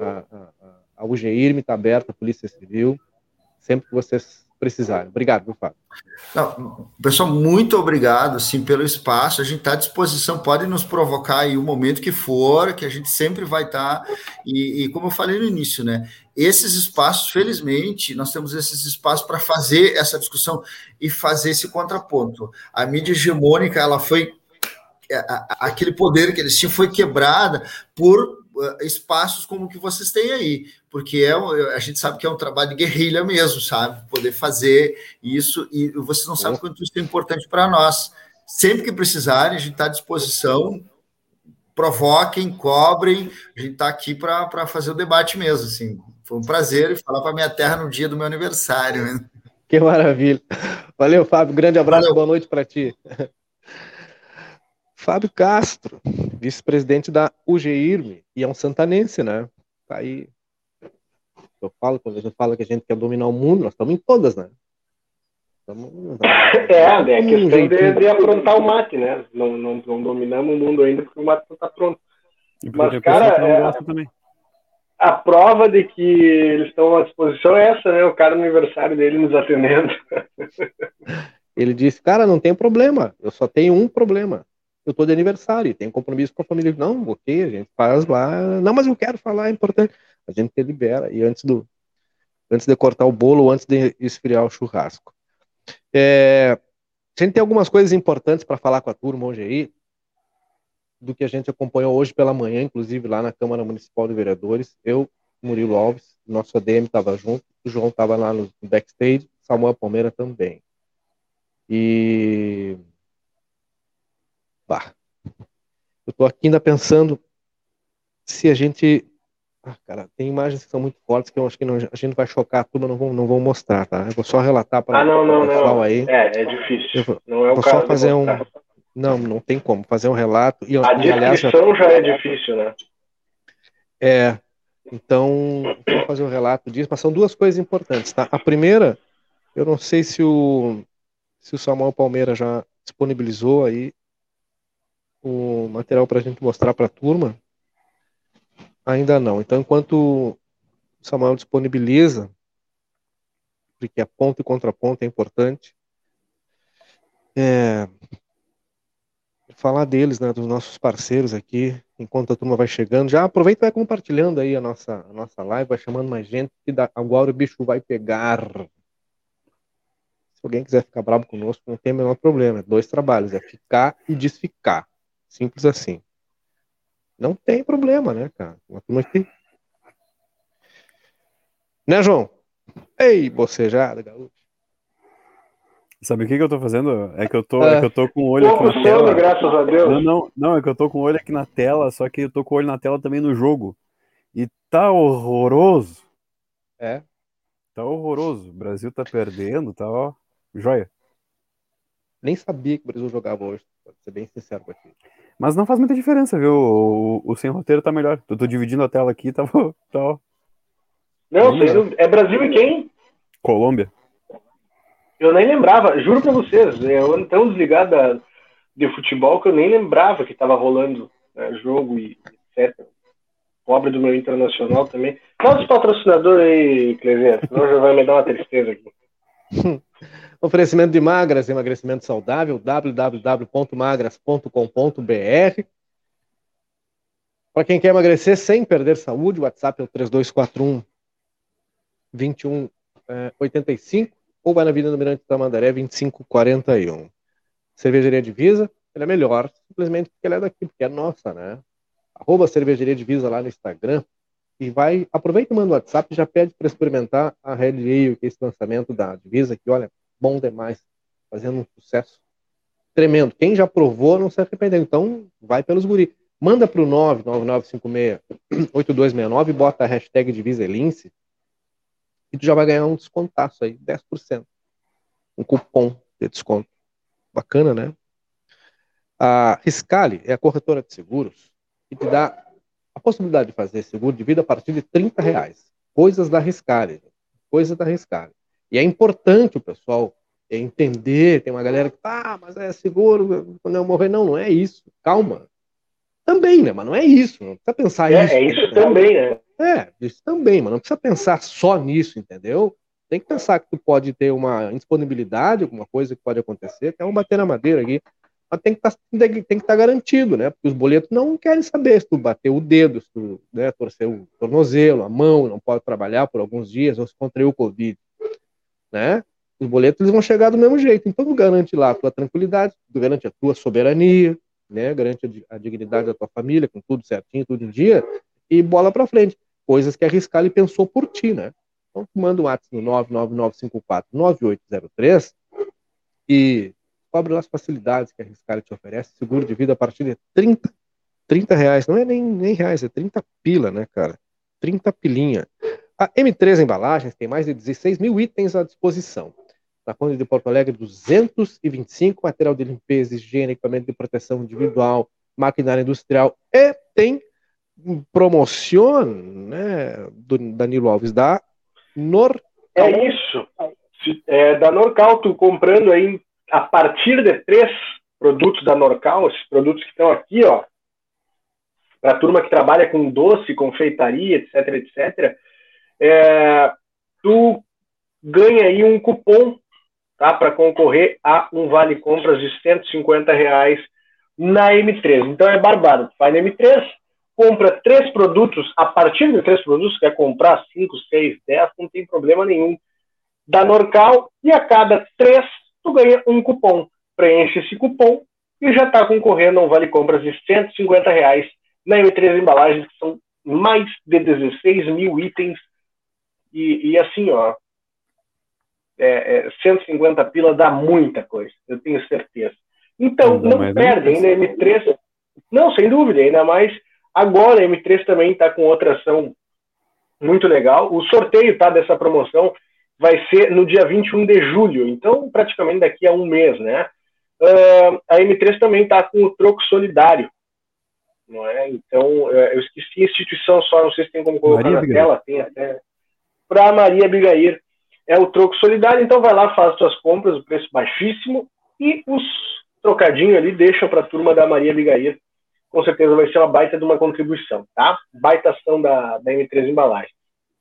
a UGIRM está aberta, a Polícia Civil, sempre que vocês precisarem. Obrigado, meu Fábio. Não, pessoal, muito obrigado assim, pelo espaço. A gente está à disposição, pode nos provocar aí o momento que for, que a gente sempre vai estar. E como eu falei no início, né? Esses espaços, felizmente, nós temos esses espaços para fazer essa discussão e fazer esse contraponto. A mídia hegemônica, ela foi. Aquele poder que eles tinham foi quebrada por espaços como o que vocês têm aí, porque a gente sabe que é um trabalho de guerrilha mesmo, sabe? Poder fazer isso, e vocês não sabem quanto isso é importante para nós. Sempre que precisarem, a gente está à disposição, provoquem, cobrem, a gente está aqui para fazer o debate mesmo, assim. Foi um prazer falar para a minha terra no dia do meu aniversário. Né? Que maravilha. Valeu, Fábio, grande abraço, Boa noite para ti. Fábio Castro, vice-presidente da UGIRME, e é um santanense, né? Tá aí. Eu falo, quando a gente fala que a gente quer dominar o mundo, nós estamos em todas, né? É questão de aprontar o mate, né? Não dominamos o mundo ainda porque o mate não está pronto. Mas, cara, a prova de que eles estão à disposição é essa, né? O cara no aniversário dele nos atendendo. Ele disse, cara, não tem problema, eu só tenho um problema. Eu tô de aniversário, tenho compromisso com a família. Não, ok, a gente faz lá. Não, mas eu quero falar, é importante. A gente libera, e antes de cortar o bolo, ou antes de esfriar o churrasco. A gente tem algumas coisas importantes para falar com a turma hoje aí, do que a gente acompanhou hoje pela manhã, inclusive lá na Câmara Municipal de Vereadores. Eu, Murilo Alves, nosso ADM estava junto, o João estava lá no backstage, Samuel Palmeira também. E... eu tô aqui ainda pensando se a gente... cara, tem imagens que são muito fortes que eu acho que a gente vai chocar a turma, não vou mostrar, tá? Eu vou só relatar para o pessoal aí. É difícil. Não é o vou caso só fazer Não tem como fazer um relato. A descrição já é difícil, né? Então, vou fazer um relato disso, mas são duas coisas importantes, tá? A primeira, eu não sei se o Samuel Palmeira já disponibilizou aí o material para a gente mostrar para a turma. Ainda não. Então, enquanto o Samuel disponibiliza, porque a ponto e contraponto é importante, falar deles, né, dos nossos parceiros aqui, enquanto a turma vai chegando. Já aproveita e vai compartilhando aí a nossa live, vai chamando mais gente, que agora o bicho vai pegar. Se alguém quiser ficar bravo conosco, não tem o menor problema. É 2 trabalhos, é ficar e desficar. Simples assim. Não tem problema, né, cara? Uma turma aqui. Né, João? Ei, bocejada, gaúcho. Sabe o que eu tô fazendo? É que eu tô com o olho aqui na tela. Graças a Deus. Não, é que eu tô com o olho aqui na tela, só que eu tô com o olho na tela também no jogo. E tá horroroso. Tá horroroso. O Brasil tá perdendo, tá, ó, joia. Nem sabia que o Brasil jogava hoje, pra ser bem sincero com você. Mas não faz muita diferença, viu? O sem roteiro tá melhor. Eu tô dividindo a tela aqui, tá ó. Não, é Brasil e quem? Colômbia. Eu nem lembrava, juro pra vocês, eu ando tão desligado de futebol que eu nem lembrava que tava rolando, né, jogo e etc. Pobre do meu internacional também. Fala dos patrocinadores aí, Clever, senão já vai me dar uma tristeza aqui. Oferecimento de Magras, emagrecimento saudável, www.magras.com.br. Para quem quer emagrecer sem perder saúde, o WhatsApp é o 3241-2185, ou vai na Avenida Mirante Tamandaré, 2541. Cervejaria Divisa, ela é melhor, simplesmente porque ela é daqui, porque é nossa, né? @cervejaria Divisa lá no Instagram. E aproveita e manda o WhatsApp e já pede para experimentar a Red Ale, que é esse lançamento da Divisa, que olha, bom demais, fazendo um sucesso tremendo. Quem já provou não se arrependeu, então vai pelos guri. Manda para o 99956-8269 e bota a hashtag Divisalince e tu já vai ganhar um descontaço aí, 10%. Um cupom de desconto. Bacana, né? A Riscale é a corretora de seguros que te dá a possibilidade de fazer seguro de vida a partir de R$30. Coisas da Riscale. Coisas da Riscale. E é importante o pessoal entender. Tem uma galera que mas é seguro quando eu morrer. Não é isso. Calma. Também, né? Mas não é isso. Não precisa pensar isso. É isso também, né? Isso também, mas não precisa pensar só nisso, entendeu? Tem que pensar que tu pode ter uma indisponibilidade, alguma coisa que pode acontecer, até um bater na madeira aqui. Mas tem que estar garantido, né? Porque os boletos não querem saber se tu bater o dedo, se tu, né, torcer o tornozelo, a mão, não pode trabalhar por alguns dias, ou se contraiu o Covid, né? Os boletos eles vão chegar do mesmo jeito. Então tu garante lá a tua tranquilidade, tu garante a tua soberania, né? Garante a dignidade da tua família, com tudo certinho, tudo em dia, e bola pra frente. Coisas que a Riscale pensou por ti, né? Então tu manda um WhatsApp no 999549803 e cobre lá as facilidades que a Riscale te oferece, seguro de vida a partir de R$30, não é nem reais, é 30 pila, né, cara? 30 pilinha. A M3 Embalagens tem mais de 16 mil itens à disposição. na Conde de Porto Alegre 225, material de limpeza, higiene, equipamento de proteção individual, maquinária industrial, e tem promoção, né, do Danilo Alves, da Norcal. É isso. Da Norcal, tu comprando aí a partir de 3 produtos da Norcal, esses produtos que estão aqui, ó, para a turma que trabalha com doce, confeitaria, etc, tu ganha aí um cupom, tá, para concorrer a um vale compras de R$150 na M3. Então é barbado. Tu vai na M3, compra 3 produtos, a partir de 3 produtos, quer comprar 5, 6, 10, não tem problema nenhum, da Norcal, e a cada 3 tu ganha um cupom. Preenche esse cupom e já está concorrendo a um vale compras de R$150 na M3 Embalagens, que são mais de 16 mil itens, e assim, ó, 150 pila dá muita coisa, eu tenho certeza. Então, não perde ainda a M3. Não, sem dúvida, ainda mais agora a M3 também está com outra ação muito legal. O sorteio, tá, dessa promoção vai ser no dia 21 de julho, então praticamente daqui a um mês, né? A M3 também está com o troco solidário, não é? Então, eu esqueci a instituição só, não sei se tem como colocar Maria na Abigair. Tela, tem até para a Maria Abigair. É o troco solidário, então vai lá, faz suas compras, o preço baixíssimo, e os trocadinhos ali deixam para a turma da Maria Abigair. Com certeza vai ser uma baita de uma contribuição, tá? Baita ação da M3 Embalagem.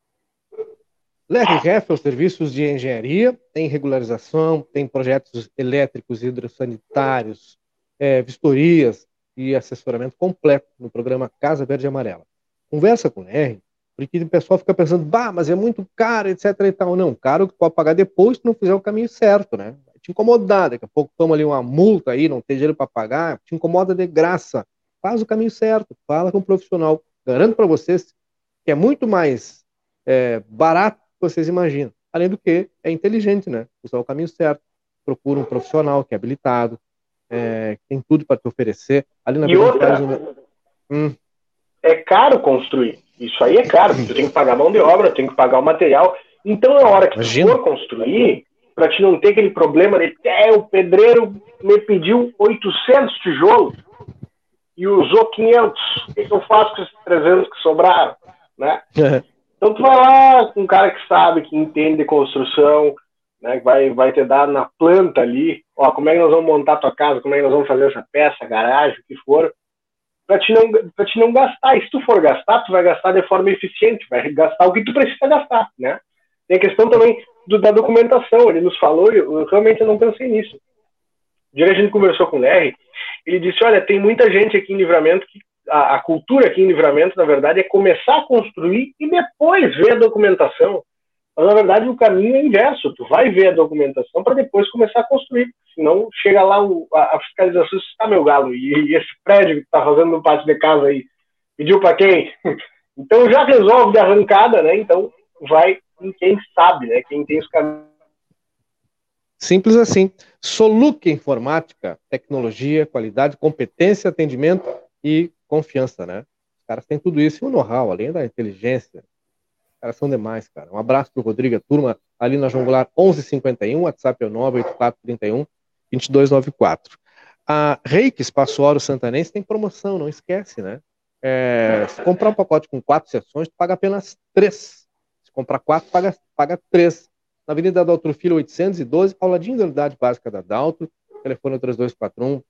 LRF, os serviços de engenharia, tem regularização, tem projetos elétricos, hidrossanitários, vistorias e assessoramento completo no programa Casa Verde e Amarela. Conversa com o LR, porque o pessoal fica pensando, mas é muito caro, etc e tal. Não, caro que tu pode pagar depois se tu não fizer o caminho certo, né? Vai te incomodar, daqui a pouco toma ali uma multa aí, não tem dinheiro para pagar, te incomoda de graça. Faz o caminho certo, fala com o profissional. Garanto para vocês que é muito mais barato do que vocês imaginam. Além do que, é inteligente, né? Usar o caminho certo. Procura um profissional que é habilitado, que tem tudo para te oferecer. Ali na e outra, é caro construir. Isso aí é caro. Tu tem que pagar mão de obra, tem que pagar o material. Então, na hora que tu for construir, para te não ter aquele problema de o pedreiro me pediu 800 tijolos e usou 500. O que eu faço com esses 300 que sobraram? Né? Então, tu vai lá com um cara que sabe, que entende de construção, né, vai te dar na planta ali, ó, como é que nós vamos montar a tua casa, como é que nós vamos fazer essa peça, garagem, o que for, para te não gastar. E se tu for gastar, tu vai gastar de forma eficiente, vai gastar o que tu precisa gastar, né? Tem a questão também da documentação, ele nos falou, eu realmente não pensei nisso. O dia que a gente conversou com o Larry, ele disse, olha, tem muita gente aqui em Livramento, que a cultura aqui em Livramento, na verdade, é começar a construir e depois ver a documentação. Mas, na verdade, o caminho é inverso. Tu vai ver a documentação para depois começar a construir. Senão, chega lá a fiscalização e diz, meu galo, e esse prédio que tu tá fazendo no pátio de casa aí, pediu para quem? Então, já resolve de arrancada, né? Então, vai em quem sabe, né? Quem tem os caminhos. Simples assim. Soluc Informática, tecnologia, qualidade, competência, atendimento e confiança, né? Os caras têm tudo isso e o know-how, além da inteligência. Os caras são demais, cara. Um abraço pro Rodrigo, a turma ali na João Goulart 1151, WhatsApp é o 98431-2294. A Reiki Espaço Oro Santanense tem promoção, não esquece, né? Se comprar um pacote com 4 sessões, tu paga apenas 3. Se comprar 4, paga 3. Na Avenida Daltro Filho 812, ao ladinho da unidade básica da Daltro, telefone 3241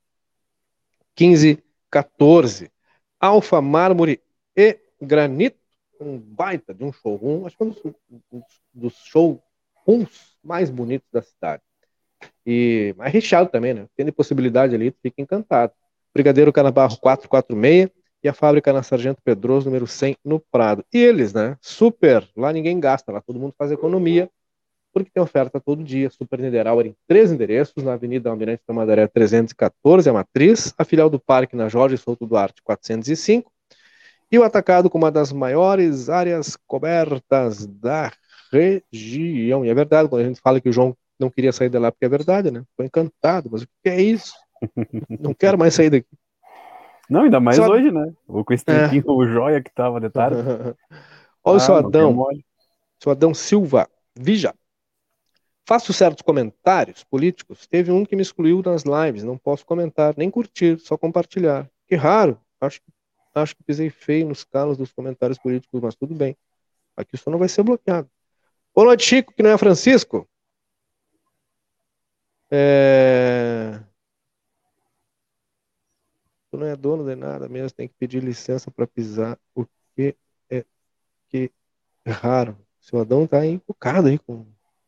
1514. Alfa Mármore e Granito, um baita de um showroom, acho que é um dos showrooms mais bonitos da cidade. E mais recheado também, né? Tendo possibilidade ali, tu fica encantado. Brigadeiro Canabarro 446 e a fábrica na Sargento Pedroso, número 100, no Prado. E eles, né? Super, lá ninguém gasta, lá todo mundo faz economia, porque tem oferta todo dia. Super Niederauer em 3 endereços, na Avenida Almirante Tamandaré 314, a Matriz, a filial do Parque na Jorge Souto Duarte 405, e o atacado com uma das maiores áreas cobertas da região. E é verdade, quando a gente fala que o João não queria sair de lá, porque é verdade, né? Tô encantado, mas o que é isso? Não quero mais sair daqui. Não, ainda mais hoje, né? Ou com esse tempinho, o joia que tava de tarde. Olha o seu Adão. Seu Adão Silva. Vija. faço certos comentários políticos. Teve um que me excluiu nas lives, não posso comentar, nem curtir, só compartilhar. Que raro, acho que pisei feio nos calos dos comentários políticos, mas tudo bem. Aqui isso não vai ser bloqueado. Boa noite, Chico, que não é Francisco. Tu não é dono de nada mesmo, tem que pedir licença para pisar, o que é que é raro. O seu Adão tá encucado aí com...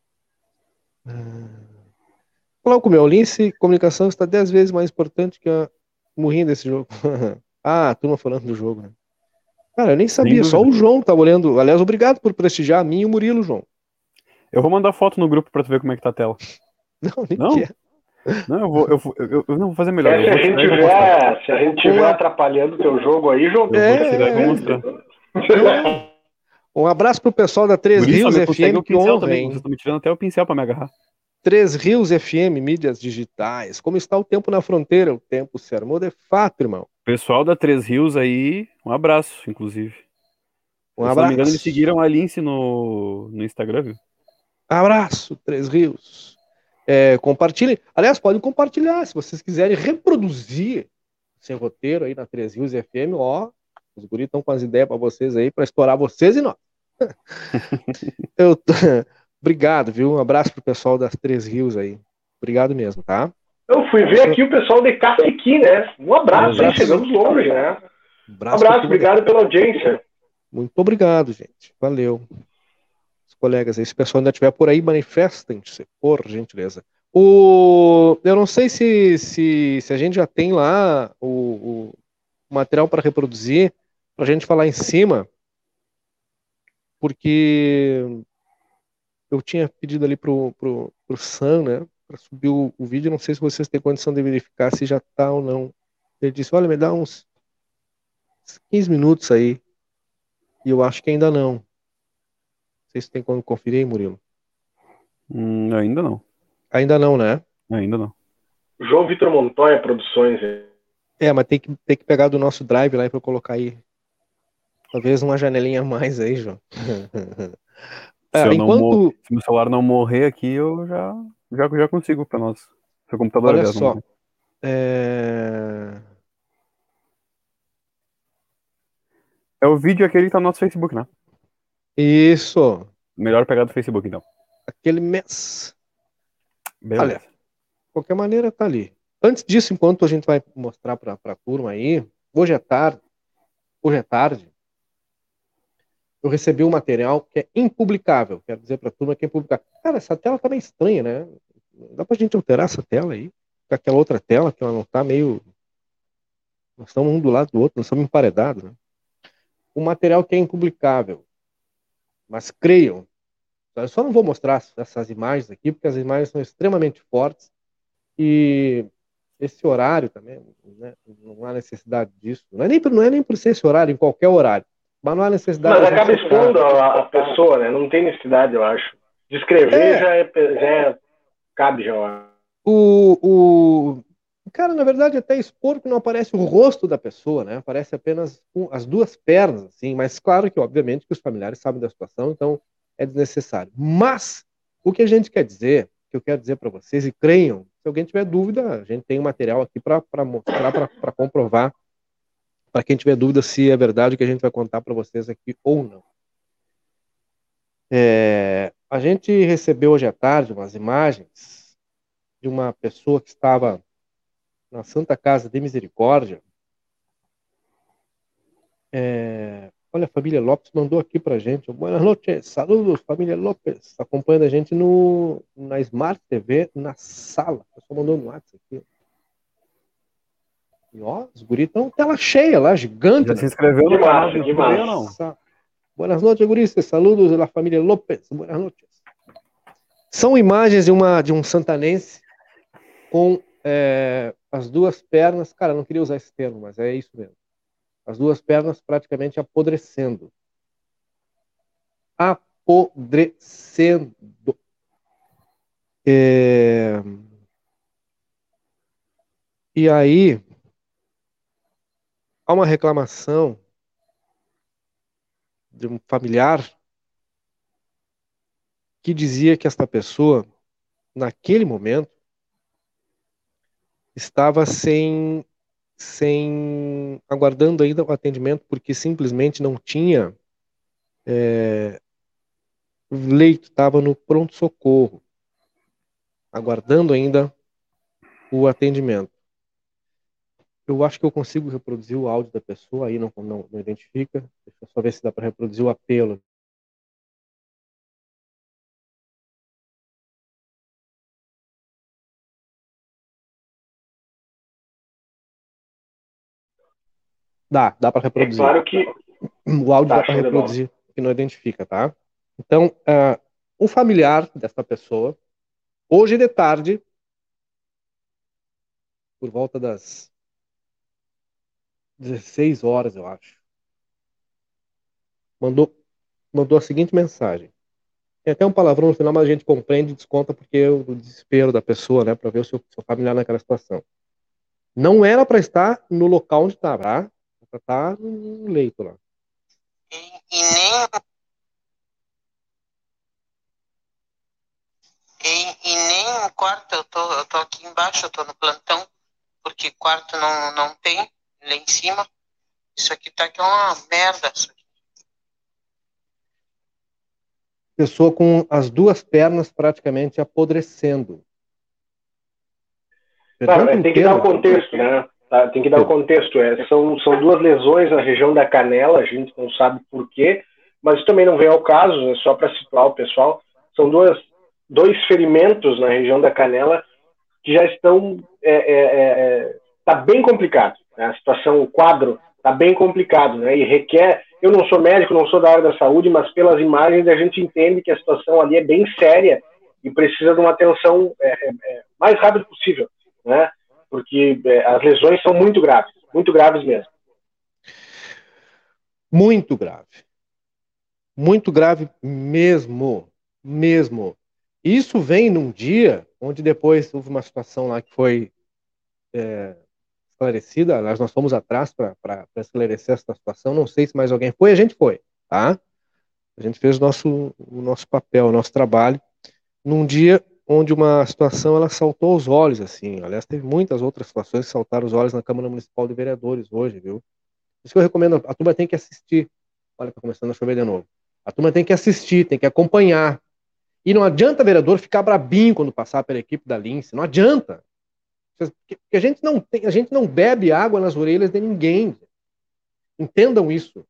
Olá, com o meu Lince, comunicação está 10 vezes mais importante que a murrinha desse jogo. A turma falando do jogo, né? Cara, eu nem sabia, só o João tava olhando. Aliás, obrigado por prestigiar a mim e o Murilo, João. Eu vou mandar foto no grupo pra tu ver como é que tá a tela. Não, nem Não? quer. Não, eu não vou fazer melhor. Se a gente estiver atrapalhando o teu jogo aí, João, eu vou tirar e vou mostrar. Um abraço pro pessoal da Três Rios FM, que honra, hein? Vocês estão me tirando até o pincel pra me agarrar. Três Rios FM, mídias digitais. Como está o tempo na fronteira? O tempo se armou de fato, irmão. Pessoal da Três Rios aí, um abraço, inclusive. Um abraço. Se não me engano, eles seguiram a Lince no Instagram, viu? Abraço, Três Rios. Compartilhem. Aliás, podem compartilhar. Se vocês quiserem reproduzir sem roteiro aí na Três Rios FM, ó, os guris estão com as ideias para vocês aí, para estourar vocês e nós. Obrigado, viu? Um abraço pro pessoal das Três Rios aí. Obrigado mesmo, tá? Eu fui ver aqui o pessoal de Cacequi, né? Um abraço, aí, chegamos longe, né? Um abraço, obrigado pela audiência. Muito obrigado, gente. Valeu. Os colegas aí, se o pessoal ainda estiver por aí, manifestem-se, por gentileza. Eu não sei se a gente já tem lá o material para reproduzir, para a gente falar em cima, porque eu tinha pedido ali pro Sam, né, para subir o vídeo. Não sei se vocês têm condição de verificar se já tá ou não. Ele disse, olha, me dá uns 15 minutos aí. E eu acho que ainda não. Não sei se tem como conferir aí, Murilo. Ainda não. Ainda não, né? Ainda não. João Vitor Montoya Produções. Mas tem que pegar do nosso drive lá para eu colocar aí. Talvez uma janelinha a mais aí, João. Se meu celular não morrer aqui, eu já consigo para nós. Seu computador, olha só. É o vídeo aquele que tá no nosso Facebook, né? Isso. Melhor pegar do Facebook, então. Aquele mês. Beleza. Olha, de qualquer maneira tá ali. Antes disso, enquanto a gente vai mostrar pra turma aí, hoje é tarde, eu recebi um material que é impublicável. Quero dizer pra turma que é impublicável. Cara, essa tela tá meio estranha, né? Dá pra gente alterar essa tela aí? Com aquela outra tela que ela não tá meio... Nós estamos um do lado do outro, nós estamos emparedados, né? Um material que é impublicável. Mas creiam, eu só não vou mostrar essas imagens aqui, porque as imagens são extremamente fortes e esse horário também, né, não há necessidade disso. Não é nem por ser esse horário, em qualquer horário. Mas não há necessidade. Mas acaba expondo a pessoa, né? Não tem necessidade, eu acho. De escrever já cabe, já. Cara, na verdade, até expor que não aparece o rosto da pessoa, né? Aparece apenas as duas pernas, assim. Mas claro que, obviamente, que os familiares sabem da situação, então é desnecessário. Mas o que a gente quer dizer, que eu quero dizer para vocês, e creiam, se alguém tiver dúvida, a gente tem um material aqui para mostrar, para comprovar, para quem tiver dúvida se é verdade o que a gente vai contar para vocês aqui ou não. A gente recebeu hoje à tarde umas imagens de uma pessoa que estava na Santa Casa de Misericórdia. Olha, a família Lopes mandou aqui pra gente. Boas noites, saludos, família Lopes. Acompanhando a gente na Smart TV, na sala. O pessoal mandou no WhatsApp aqui. E ó, os guris estão tela cheia lá, gigante. Já se inscreveu no canal do YouTube ou não? Boas noites, guris. Saludos da família Lopes. Boas noites. São imagens de um santanense com as duas pernas. Cara, eu não queria usar esse termo, mas é isso mesmo. As duas pernas praticamente apodrecendo. Apodrecendo. E aí, há uma reclamação de um familiar que dizia que esta pessoa naquele momento, estava aguardando ainda o atendimento, porque simplesmente não tinha leito, estava no pronto-socorro, aguardando ainda o atendimento. Eu acho que eu consigo reproduzir o áudio da pessoa, aí não identifica. Deixa eu só ver se dá para reproduzir o apelo. Dá para reproduzir. É claro que o áudio dá para reproduzir, que não identifica, tá? Então, o familiar dessa pessoa, hoje de tarde, por volta das 16 horas, eu acho, mandou a seguinte mensagem. Tem até um palavrão no final, mas a gente compreende e desconta porque é o desespero da pessoa, né, para ver o seu familiar naquela situação. Não era para estar no local onde estava, tá? Era para estar no leito lá. E nem no quarto, eu tô aqui embaixo, eu tô no plantão, porque quarto não tem, lá em cima. Isso aqui tá aqui é uma merda. Isso aqui. Pessoa com as duas pernas praticamente apodrecendo. Tem que dar o contexto, né? Tá, tem que dar o contexto. São duas lesões na região da canela, a gente não sabe por quê, mas isso também não vem ao caso, é só para situar o pessoal. São dois ferimentos na região da canela que já estão... tá bem complicado. Né? A situação, o quadro tá bem complicado, né? E requer... Eu não sou médico, não sou da área da saúde, mas pelas imagens a gente entende que a situação ali é bem séria e precisa de uma atenção mais rápido possível, né? Porque as lesões são muito graves mesmo. Muito grave mesmo. Isso vem num dia onde depois houve uma situação lá que foi esclarecida, nós fomos atrás para esclarecer essa situação, não sei se mais alguém foi, a gente foi, tá? A gente fez o nosso papel, o nosso trabalho, num dia onde uma situação ela saltou aos olhos, assim. Aliás, teve muitas outras situações que saltaram os olhos na Câmara Municipal de Vereadores hoje, viu? Isso que eu recomendo, a turma tem que assistir. Olha, tá começando a chover de novo. A turma tem que assistir, tem que acompanhar. E não adianta vereador ficar brabinho quando passar pela equipe da Lince, não adianta. Porque a gente não bebe água nas orelhas de ninguém. Entendam isso.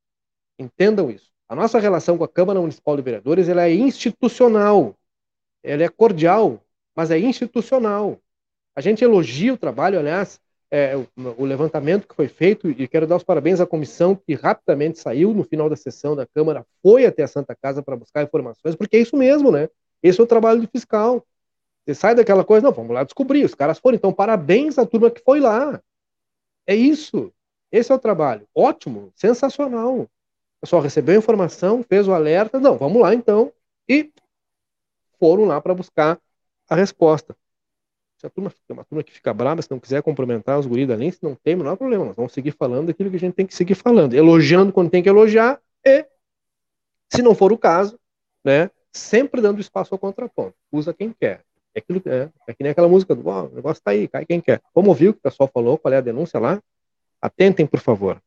A nossa relação com a Câmara Municipal de Vereadores ela é institucional. Ela é cordial, mas é institucional. A gente elogia o trabalho, aliás, o levantamento que foi feito, e quero dar os parabéns à comissão que rapidamente saiu no final da sessão da Câmara, foi até a Santa Casa para buscar informações, porque é isso mesmo, né? Esse é o trabalho do fiscal. Você sai daquela coisa, não, vamos lá descobrir, os caras foram, então parabéns à turma que foi lá. É isso. Esse é o trabalho. Ótimo, sensacional. O pessoal recebeu a informação, fez o alerta, não, vamos lá então, e foram lá para buscar a resposta. Se a turma é uma turma que fica brava, se não quiser cumprimentar os guris da Lince, não tem o menor problema. Nós vamos seguir falando daquilo que a gente tem que seguir falando. Elogiando quando tem que elogiar e, se não for o caso, né, sempre dando espaço ao contraponto. Usa quem quer. É que nem aquela música do o negócio tá aí, cai quem quer. Vamos ouvir o que o pessoal falou, qual é a denúncia lá? Atentem, por favor.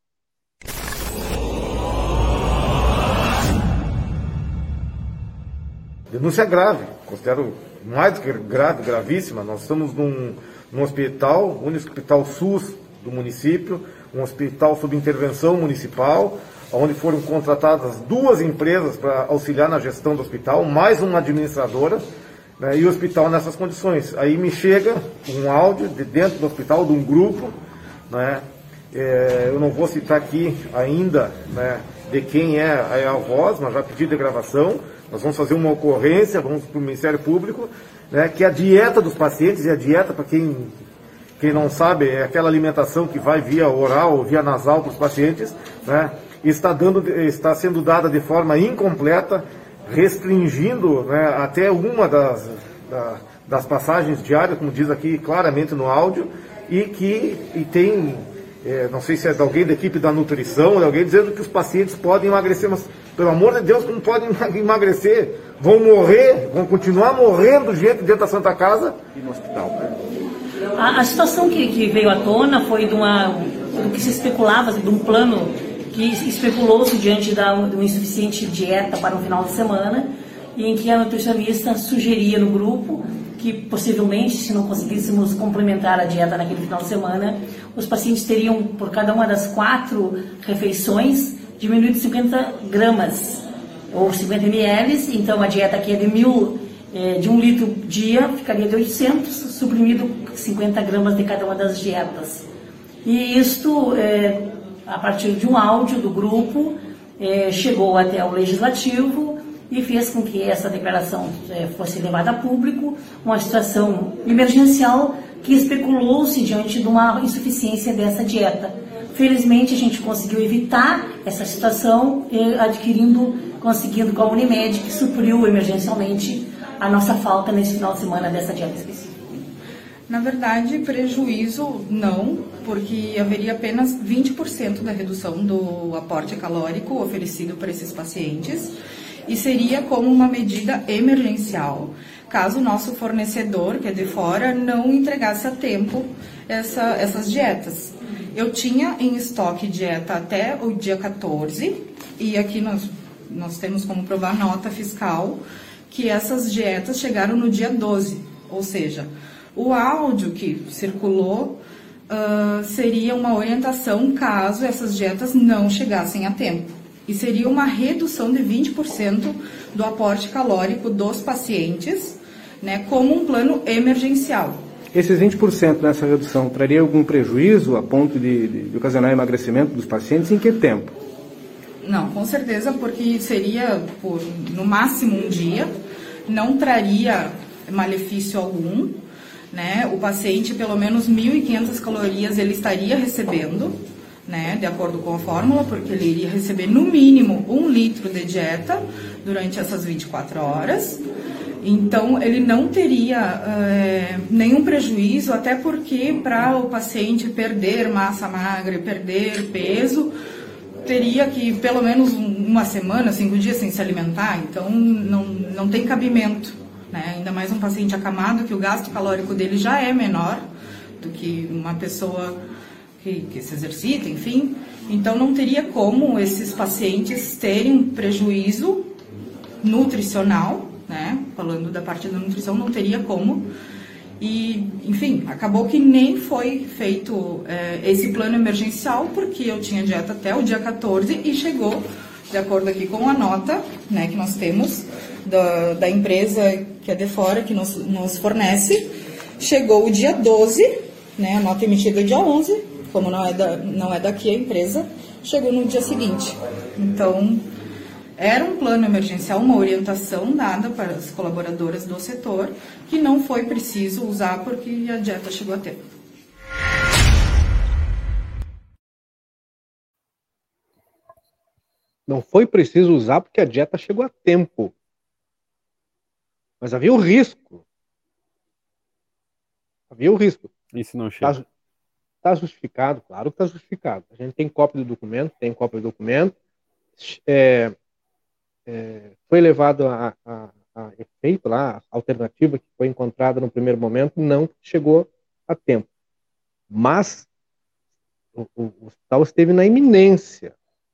Denúncia grave, considero mais do que grave, gravíssima. Nós estamos num hospital, o único hospital SUS do município, um hospital sob intervenção municipal, onde foram contratadas 2 empresas para auxiliar na gestão do hospital, mais uma administradora, né, e o hospital nessas condições. Aí me chega um áudio de dentro do hospital, de um grupo, né, eu não vou citar aqui ainda, né, de quem é a voz, mas já pedi de gravação. Nós vamos fazer uma ocorrência, vamos para o Ministério Público, né, que a dieta dos pacientes, e a dieta, para quem não sabe, é aquela alimentação que vai via oral ou via nasal para os pacientes, né, está sendo dada de forma incompleta, restringindo, né, até uma das passagens diárias, como diz aqui claramente no áudio, e tem, não sei se é de alguém da equipe da nutrição, de alguém dizendo que os pacientes podem emagrecer, mas Pelo amor de Deus, como podem emagrecer? Vão morrer, vão continuar morrendo gente dentro da Santa Casa e no hospital. A situação que veio à tona foi do que se especulava, de um plano que especulou-se diante de uma insuficiente dieta para um final de semana, em que a nutricionista sugeria no grupo que possivelmente, se não conseguíssemos complementar a dieta naquele final de semana, os pacientes teriam, por cada uma das 4 refeições, diminuído 50 gramas ou 50 ml. Então a dieta aqui é de 1 litro dia, ficaria de 800, suprimido 50 gramas de cada uma das dietas. E isto, a partir de um áudio do grupo, chegou até o Legislativo e fez com que essa declaração fosse levada a público, uma situação emergencial que especulou-se diante de uma insuficiência dessa dieta. Felizmente, a gente conseguiu evitar essa situação, conseguindo com a Unimed, que supriu emergencialmente a nossa falta nesse final de semana dessa dieta específica. Na verdade, prejuízo não, porque haveria apenas 20% da redução do aporte calórico oferecido para esses pacientes, e seria como uma medida emergencial, caso o nosso fornecedor, que é de fora, não entregasse a tempo essas dietas. Eu tinha em estoque dieta até o dia 14, e aqui nós temos como provar nota fiscal que essas dietas chegaram no dia 12, ou seja, o áudio que circulou seria uma orientação caso essas dietas não chegassem a tempo. E seria uma redução de 20% do aporte calórico dos pacientes, né, como um plano emergencial. Esses 20% nessa redução traria algum prejuízo a ponto de ocasionar emagrecimento dos pacientes? Em que tempo? Não, com certeza, porque seria por no máximo um dia, não traria malefício algum, né? O paciente, pelo menos 1.500 calorias ele estaria recebendo, né, de acordo com a fórmula, porque ele iria receber no mínimo 1 litro de dieta durante essas 24 horas. Então, ele não teria nenhum prejuízo, até porque para o paciente perder massa magra e perder peso, teria que pelo menos uma semana, 5 dias sem se alimentar, então não tem cabimento, né? Ainda mais um paciente acamado, que o gasto calórico dele já é menor do que uma pessoa que se exercita, enfim. Então não teria como esses pacientes terem um prejuízo nutricional, né? Falando da parte da nutrição, não teria como. E, enfim, acabou que nem foi feito esse plano emergencial, porque eu tinha dieta até o dia 14 e chegou, de acordo aqui com a nota, né, que nós temos da empresa que é de fora, que nos fornece, chegou o dia 12, né, a nota emitida dia 11, como não é daqui a empresa, chegou no dia seguinte. Então, era um plano emergencial, uma orientação dada para as colaboradoras do setor, que não foi preciso usar porque a dieta chegou a tempo. Não foi preciso usar porque a dieta chegou a tempo. Mas havia o risco. Havia o risco. E se não chega? Está justificado, claro que está justificado. A gente tem cópia do documento, foi levado a efeito lá, a alternativa que foi encontrada no primeiro momento não chegou a tempo. Mas o hospital esteve na iminência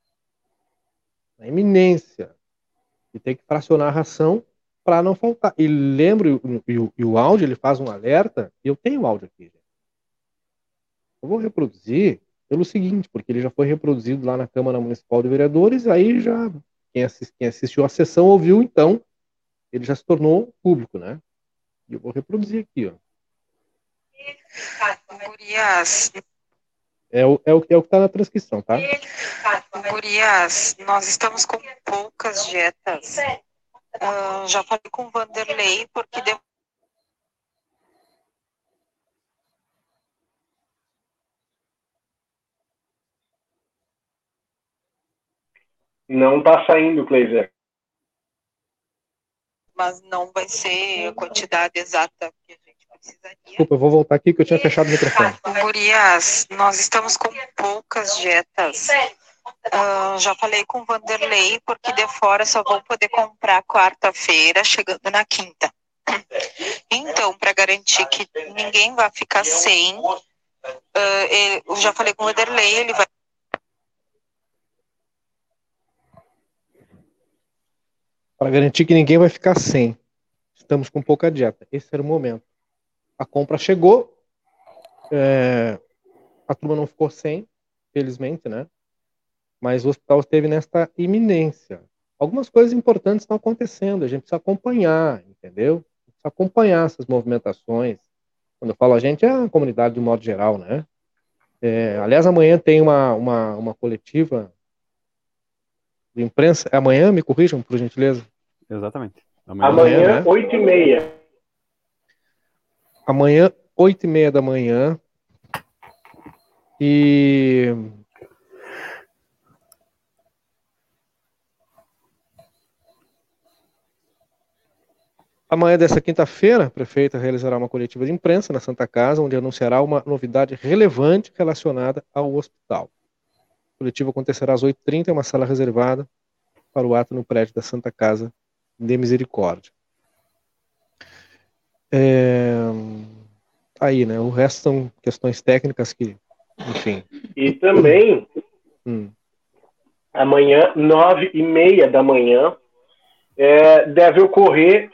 de ter que fracionar a ração para não faltar. E lembro, e o áudio, ele faz um alerta, e eu tenho o áudio aqui, gente. Eu vou reproduzir pelo seguinte, porque ele já foi reproduzido lá na Câmara Municipal de Vereadores, aí já quem assistiu a sessão ouviu, então ele já se tornou público, né? E eu vou reproduzir aqui, ó. Gurias. É o que está na transcrição, tá? Gurias, nós estamos com poucas dietas. Já falei com o Vanderlei, porque Não está saindo, Cleiser. Mas não vai ser a quantidade exata que a gente precisaria. Desculpa, eu vou voltar aqui que eu tinha fechado o microfone. Gurias, nós estamos com poucas dietas. Já falei com o Vanderlei, porque de fora só vou poder comprar quarta-feira, chegando na quinta. Então, para garantir que ninguém vai ficar sem, eu já falei com o Vanderlei, ele vai... Para garantir que ninguém vai ficar sem. Estamos com pouca dieta. Esse era o momento. A compra chegou. A turma não ficou sem, felizmente, né? Mas o hospital esteve nesta iminência. Algumas coisas importantes estão acontecendo. A gente precisa acompanhar, entendeu? Precisa acompanhar essas movimentações. Quando eu falo a gente, é a comunidade de modo geral, né? Aliás, amanhã tem uma coletiva de imprensa. Amanhã, me corrijam, por gentileza. Exatamente. Amanhã, né? 8h30. Amanhã, 8h30 da manhã. E... amanhã dessa quinta-feira, a prefeita realizará uma coletiva de imprensa na Santa Casa, onde anunciará uma novidade relevante relacionada ao hospital. A coletiva acontecerá às 8h30 em uma sala reservada para o ato no prédio da Santa Casa de Misericórdia. Aí, né? O resto são questões técnicas que, enfim. E também, amanhã, 9h30 da manhã, deve ocorrer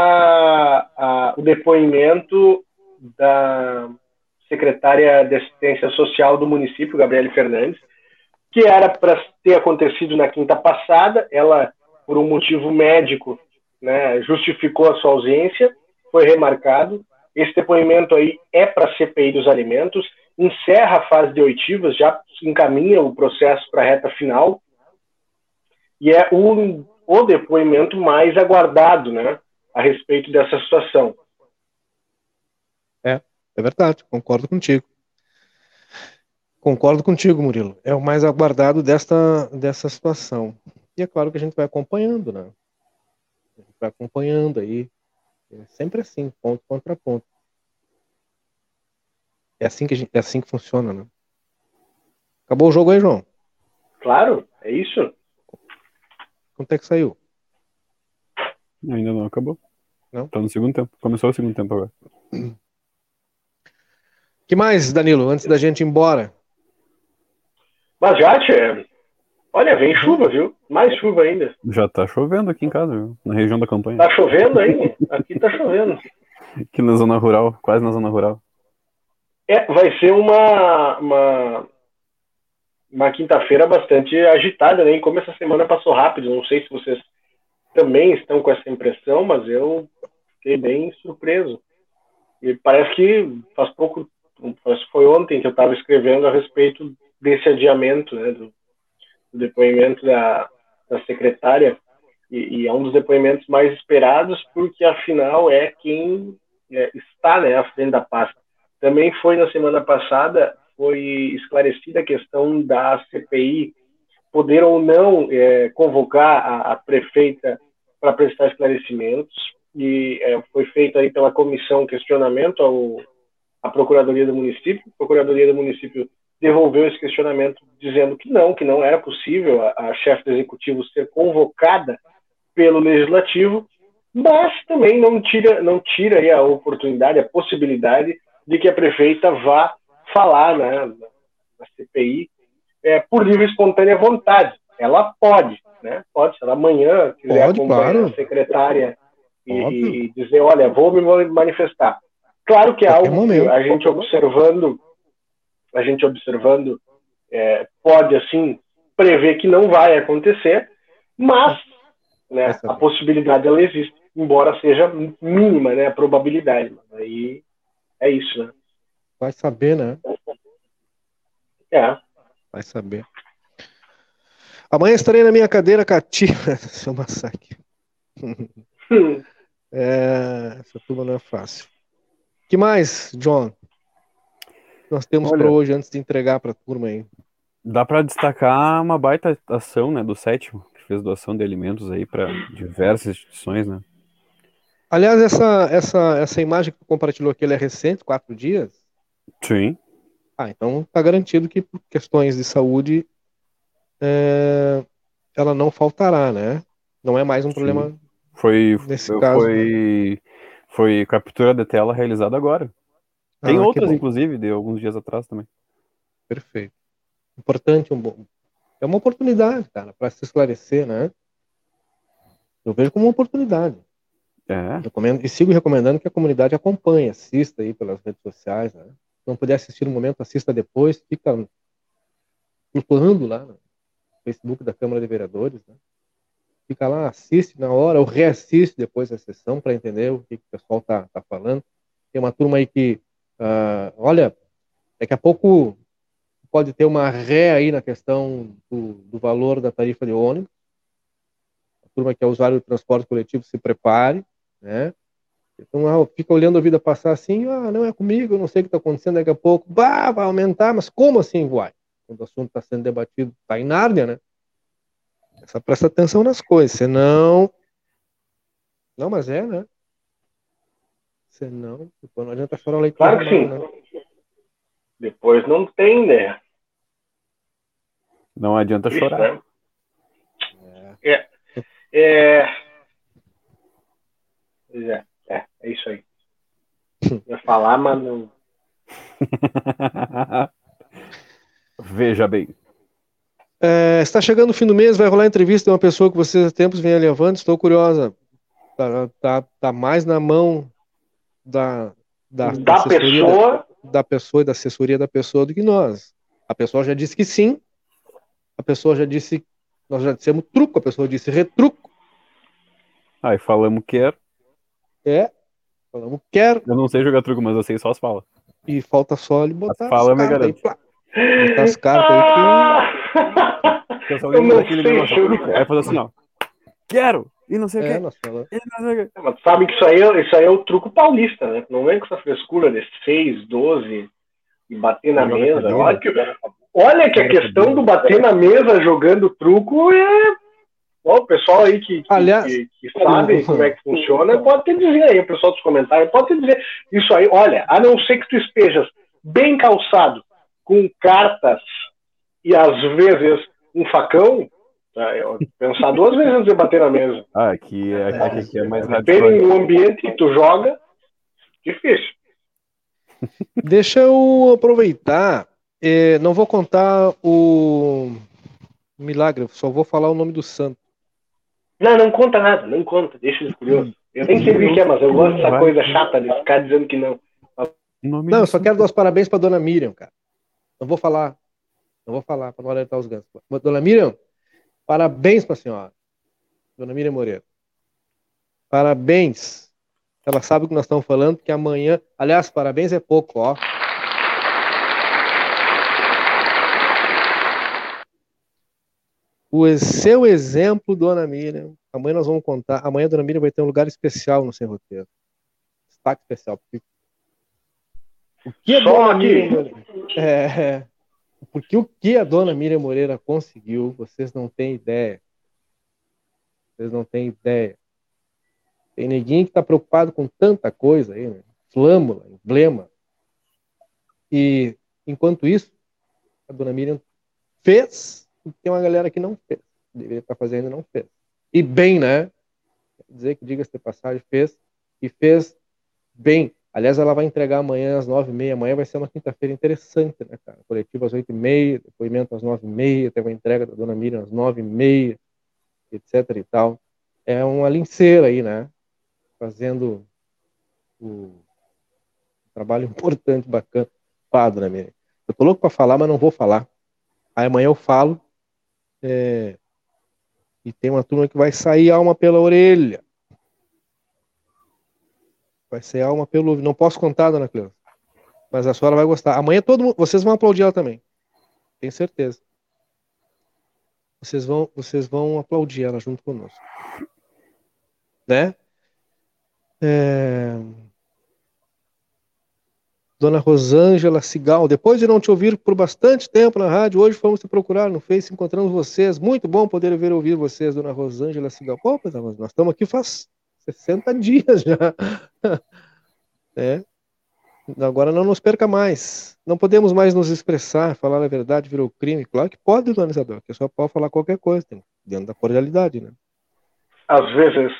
o depoimento da secretária de Assistência Social do município, Gabriele Fernandes, que era para ter acontecido na quinta passada. Ela, por um motivo médico, né, justificou a sua ausência, foi remarcado. Esse depoimento aí é para a CPI dos alimentos, encerra a fase de oitivas, já encaminha o processo para a reta final, e é o depoimento mais aguardado, né, a respeito dessa situação. É verdade, concordo contigo. Concordo contigo, Murilo. É o mais aguardado dessa situação. E é claro que a gente vai acompanhando, né? A gente vai acompanhando aí. É sempre assim, ponto contra ponto. É assim que funciona, né? Acabou o jogo aí, João? Claro, é isso. Quanto é que saiu? Ainda não acabou. Não? Tá no segundo tempo. Começou o segundo tempo agora. Que mais, Danilo, antes da gente ir embora? Mas já, olha, vem chuva, viu? Mais chuva ainda. Já tá chovendo aqui em casa, viu? Na região da campanha. Tá chovendo aí? Aqui tá chovendo. Aqui na zona rural, quase na zona rural. Vai ser uma quinta-feira bastante agitada, né? Como essa semana passou rápido, não sei se vocês também estão com essa impressão, mas eu fiquei bem surpreso. E parece que parece que foi ontem que eu estava escrevendo a respeito desse adiamento, né, do depoimento da secretária, e é um dos depoimentos mais esperados, porque afinal é quem está, né, à frente da pasta. Também foi na semana passada, foi esclarecida a questão da CPI poder ou não convocar a prefeita para prestar esclarecimentos, e foi feito aí pela comissão questionamento à Procuradoria do Município. A Procuradoria do Município devolveu esse questionamento dizendo que não era possível a chefe do Executivo ser convocada pelo Legislativo, mas também não tira aí a oportunidade, a possibilidade de que a prefeita vá falar, né, na CPI por livre e espontânea vontade. Ela pode, né? Pode, se ela amanhã quiser acompanhar a secretária e dizer, olha, vou me manifestar. Claro que é algo que a gente observando pode, assim, prever que não vai acontecer, mas, né, a possibilidade ela existe, embora seja mínima, né, a probabilidade. Aí é isso, né? Vai saber, né? Vai saber. Amanhã estarei na minha cadeira cativa, seu massacre. Essa turma não é fácil. Que mais, John? Nós temos para hoje, antes de entregar para a turma aí. Dá para destacar uma baita ação, né, do Sétimo, que fez doação de alimentos aí para diversas instituições, né? Aliás, essa imagem que tu compartilhou aqui, ela é recente, 4 dias? Sim. Então tá garantido que por questões de saúde ela não faltará, né? Não é mais um problema nesse caso. Foi captura de tela realizada agora. Tem que outras, bom. inclusive, de alguns dias atrás também. Perfeito. Importante, é uma oportunidade, cara, para se esclarecer, né? Eu vejo como uma oportunidade. Recomendo, e sigo recomendando que a comunidade acompanhe, assista aí pelas redes sociais, né? Se não puder assistir no momento, assista depois, fica flutuando lá no Facebook da Câmara de Vereadores, né? Fica lá, assiste na hora, ou reassiste depois da sessão para entender o que o pessoal tá falando. Tem uma turma aí que, olha, daqui a pouco pode ter uma ré aí na questão do valor da tarifa de ônibus. A turma que é usuário do transporte coletivo se prepare, né? Então fica olhando a vida passar assim, não é comigo, eu não sei o que está acontecendo, daqui a pouco, vai aumentar, mas como assim vai? Quando o assunto está sendo debatido, está em Nárnia, né? Só presta atenção nas coisas, senão... Não, mas né? Senão, depois não adianta chorar leite. Claro que sim. Né? Depois não tem, né? Não adianta chorar. É isso aí. Ia falar, mas não... Veja bem. Está chegando o fim do mês, vai rolar entrevista de uma pessoa que vocês há tempos vêm levando, estou curiosa. Tá mais na mão da pessoa e da assessoria da pessoa do que nós. A pessoa já disse que sim, a pessoa já disse, nós já dissemos truco, a pessoa disse retruco. E falamos quer. Falamos quer. Eu não sei jogar truco, mas eu sei só as falas. E falta só ele botar as cartas aí, botar as cartas aí que... Eu só lembro daquele negócio. Aí fala assim, quero! E não sei o que. Mas sabe que isso aí é o truco paulista, né? Não vem com essa frescura de 6, 12 e bater na mesa. Olha que a questão do bater na mesa jogando truco é... O pessoal aí que sabe como é que funciona pode te dizer aí, o pessoal dos comentários pode te dizer isso aí. Olha, a não ser que tu estejas bem calçado com cartas e às vezes um facão, eu pensar 2 vezes antes de bater na mesa. Aqui é mais radical. Depende do ambiente que tu joga, difícil. Deixa eu aproveitar, não vou contar o milagre, só vou falar o nome do santo. Não conta nada, não conta, deixa ele curioso. Eu nem sei o que é, mas eu gosto dessa coisa chata de ficar dizendo que não. Não, eu só quero dar os parabéns pra Dona Miriam, cara. Não vou falar pra não alertar os gansos. Dona Miriam, parabéns pra senhora. Dona Miriam Moreira. Parabéns. Ela sabe o que nós estamos falando, porque amanhã... Aliás, parabéns é pouco, ó. O seu exemplo, Dona Miriam. Amanhã nós vamos contar. Amanhã a Dona Miriam vai ter um lugar especial no Sem Roteiro. Destaque especial. O que a Dona Miriam... Porque o que a Dona Miriam Moreira conseguiu, vocês não têm ideia. Vocês não têm ideia. Tem neguinho que está preocupado com tanta coisa aí, né? Flâmula, emblema. E, enquanto isso, a Dona Miriam fez o que tem uma galera que não fez. Deveria estar fazendo e não fez. E bem, né? Quer dizer que, diga-se de passagem, fez. E fez bem. Aliás, ela vai entregar amanhã às 9h30. Amanhã vai ser uma quinta-feira interessante, né, cara? Coletivo às 8h30, depoimento às 9h30, tem uma entrega da Dona Miriam às 9h30, etc e tal. É uma linceira aí, né? Fazendo o trabalho importante, bacana. Dona Miriam. Eu tô louco pra falar, mas não vou falar. Aí amanhã eu falo. E tem uma turma que vai sair alma pela orelha. Vai sair alma pelo ouvido. Não posso contar, Dona Cleusa. Mas a senhora vai gostar. Amanhã todo mundo, vocês vão aplaudir ela também. Tenho certeza. Vocês vão aplaudir ela junto conosco. Né? Dona Rosângela Cigal, depois de não te ouvir por bastante tempo na rádio, hoje fomos te procurar no Face, encontramos vocês. Muito bom poder ver e ouvir vocês, Dona Rosângela Cigal. Pô, nós estamos aqui faz 60 dias já. Agora não nos perca mais. Não podemos mais nos expressar, falar a verdade virou crime. Claro que pode, dona Isabel, que só pode falar qualquer coisa, dentro da cordialidade, né? Às vezes.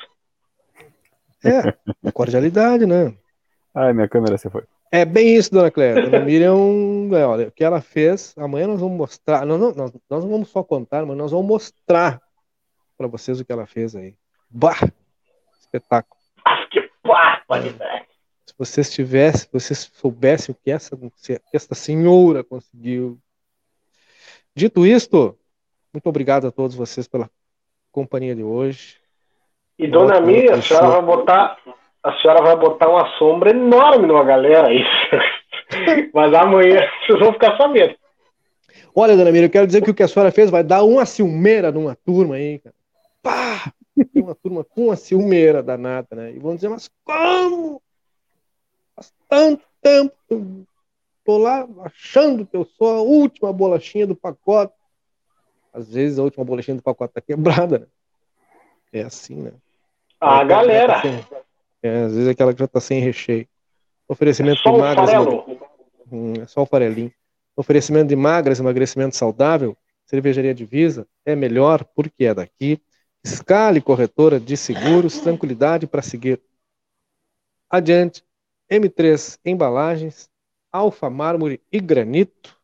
Cordialidade, né? Ai, minha câmera se foi. É bem isso, dona Cléia. Dona Miriam, olha, o que ela fez, amanhã nós vamos mostrar. Nós não vamos só contar, mas nós vamos mostrar para vocês o que ela fez aí. Bah! Espetáculo. Que barbaridade. Se vocês soubessem o que essa senhora conseguiu. Dito isto, muito obrigado a todos vocês pela companhia de hoje. E dona Miriam, a senhora vai botar uma sombra enorme numa galera aí. Mas amanhã vocês vão ficar sabendo. Olha, dona Miriam, eu quero dizer que o que a senhora fez vai dar uma ciumeira numa turma aí, cara. Pá! Uma turma com uma ciumeira danada, né? E vão dizer, mas como? Faz tanto tempo que eu tô lá achando que eu sou a última bolachinha do pacote. Às vezes a última bolachinha do pacote tá quebrada, né? É assim, né? Galera! Às vezes é aquela que já tá sem recheio. Oferecimento só de magras. É só o farelinho. Oferecimento de magras, emagrecimento saudável. Cervejaria Divisa é melhor porque é daqui. Scali Corretora de Seguros, tranquilidade para seguir adiante. M3 Embalagens, Alfa Mármore e Granito.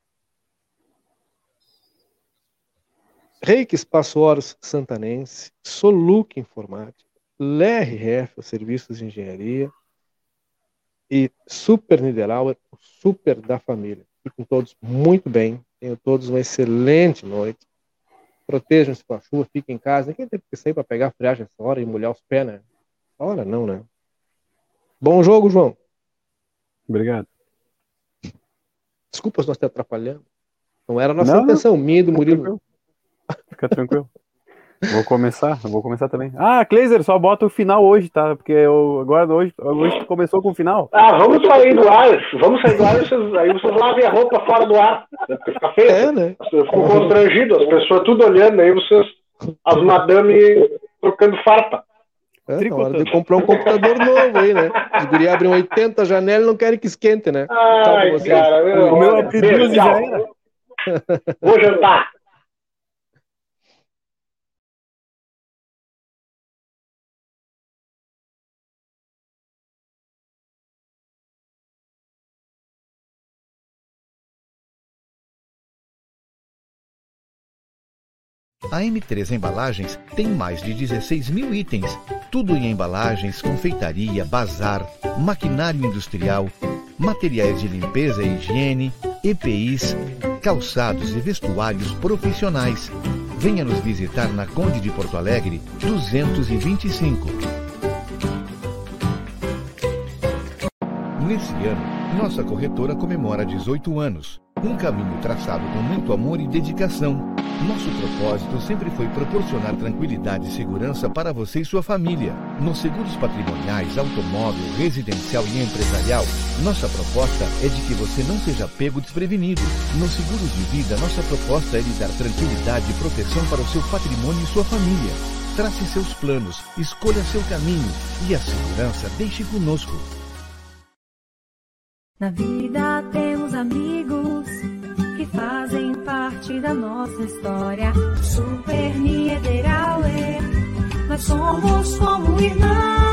Reiki Espaço Horus Santanense, Soluc Informática, LRF, os serviços de engenharia, e Super Niederauer, o super da família. Fiquem todos muito bem, tenham todos uma excelente noite. Protejam-se com a chuva, fiquem em casa. Ninguém tem que sair para pegar a friagem essa hora e molhar os pés, né? Essa hora não, né? Bom jogo, João. Obrigado. Desculpa se nós te atrapalhamos. Não era a nossa intenção, minha e do Murilo. Fica tranquilo. Vou começar também. Kleiser, só bota o final hoje, tá? Porque hoje tu começou com o final. Vamos sair do ar aí vocês lavem a roupa fora do ar. Fica feio. Né? Eu fico constrangido, as pessoas tudo olhando, aí vocês, as madame trocando farpa. Na hora de comprar um computador novo aí, né? Os guri abrem 80 janelas e não querem que esquente, né? Tchau pra vocês. Cara, o meu abri 12 já era. Vou jantar. A M3 Embalagens tem mais de 16 mil itens, tudo em embalagens, confeitaria, bazar, maquinário industrial, materiais de limpeza e higiene, EPIs, calçados e vestuários profissionais. Venha nos visitar na Conde de Porto Alegre, 225. Nesse ano, nossa corretora comemora 18 anos. Um caminho traçado com muito amor e dedicação. Nosso propósito sempre foi proporcionar tranquilidade e segurança para você e sua família. Nos seguros patrimoniais, automóvel, residencial e empresarial, nossa proposta é de que você não seja pego desprevenido. Nos seguros de vida, nossa proposta é lhe dar tranquilidade e proteção para o seu patrimônio e sua família. Trace seus planos, escolha seu caminho e a segurança deixe conosco. Na vida temos amigos que fazem parte da nossa história. Super Niederauer, nós somos como irmãos.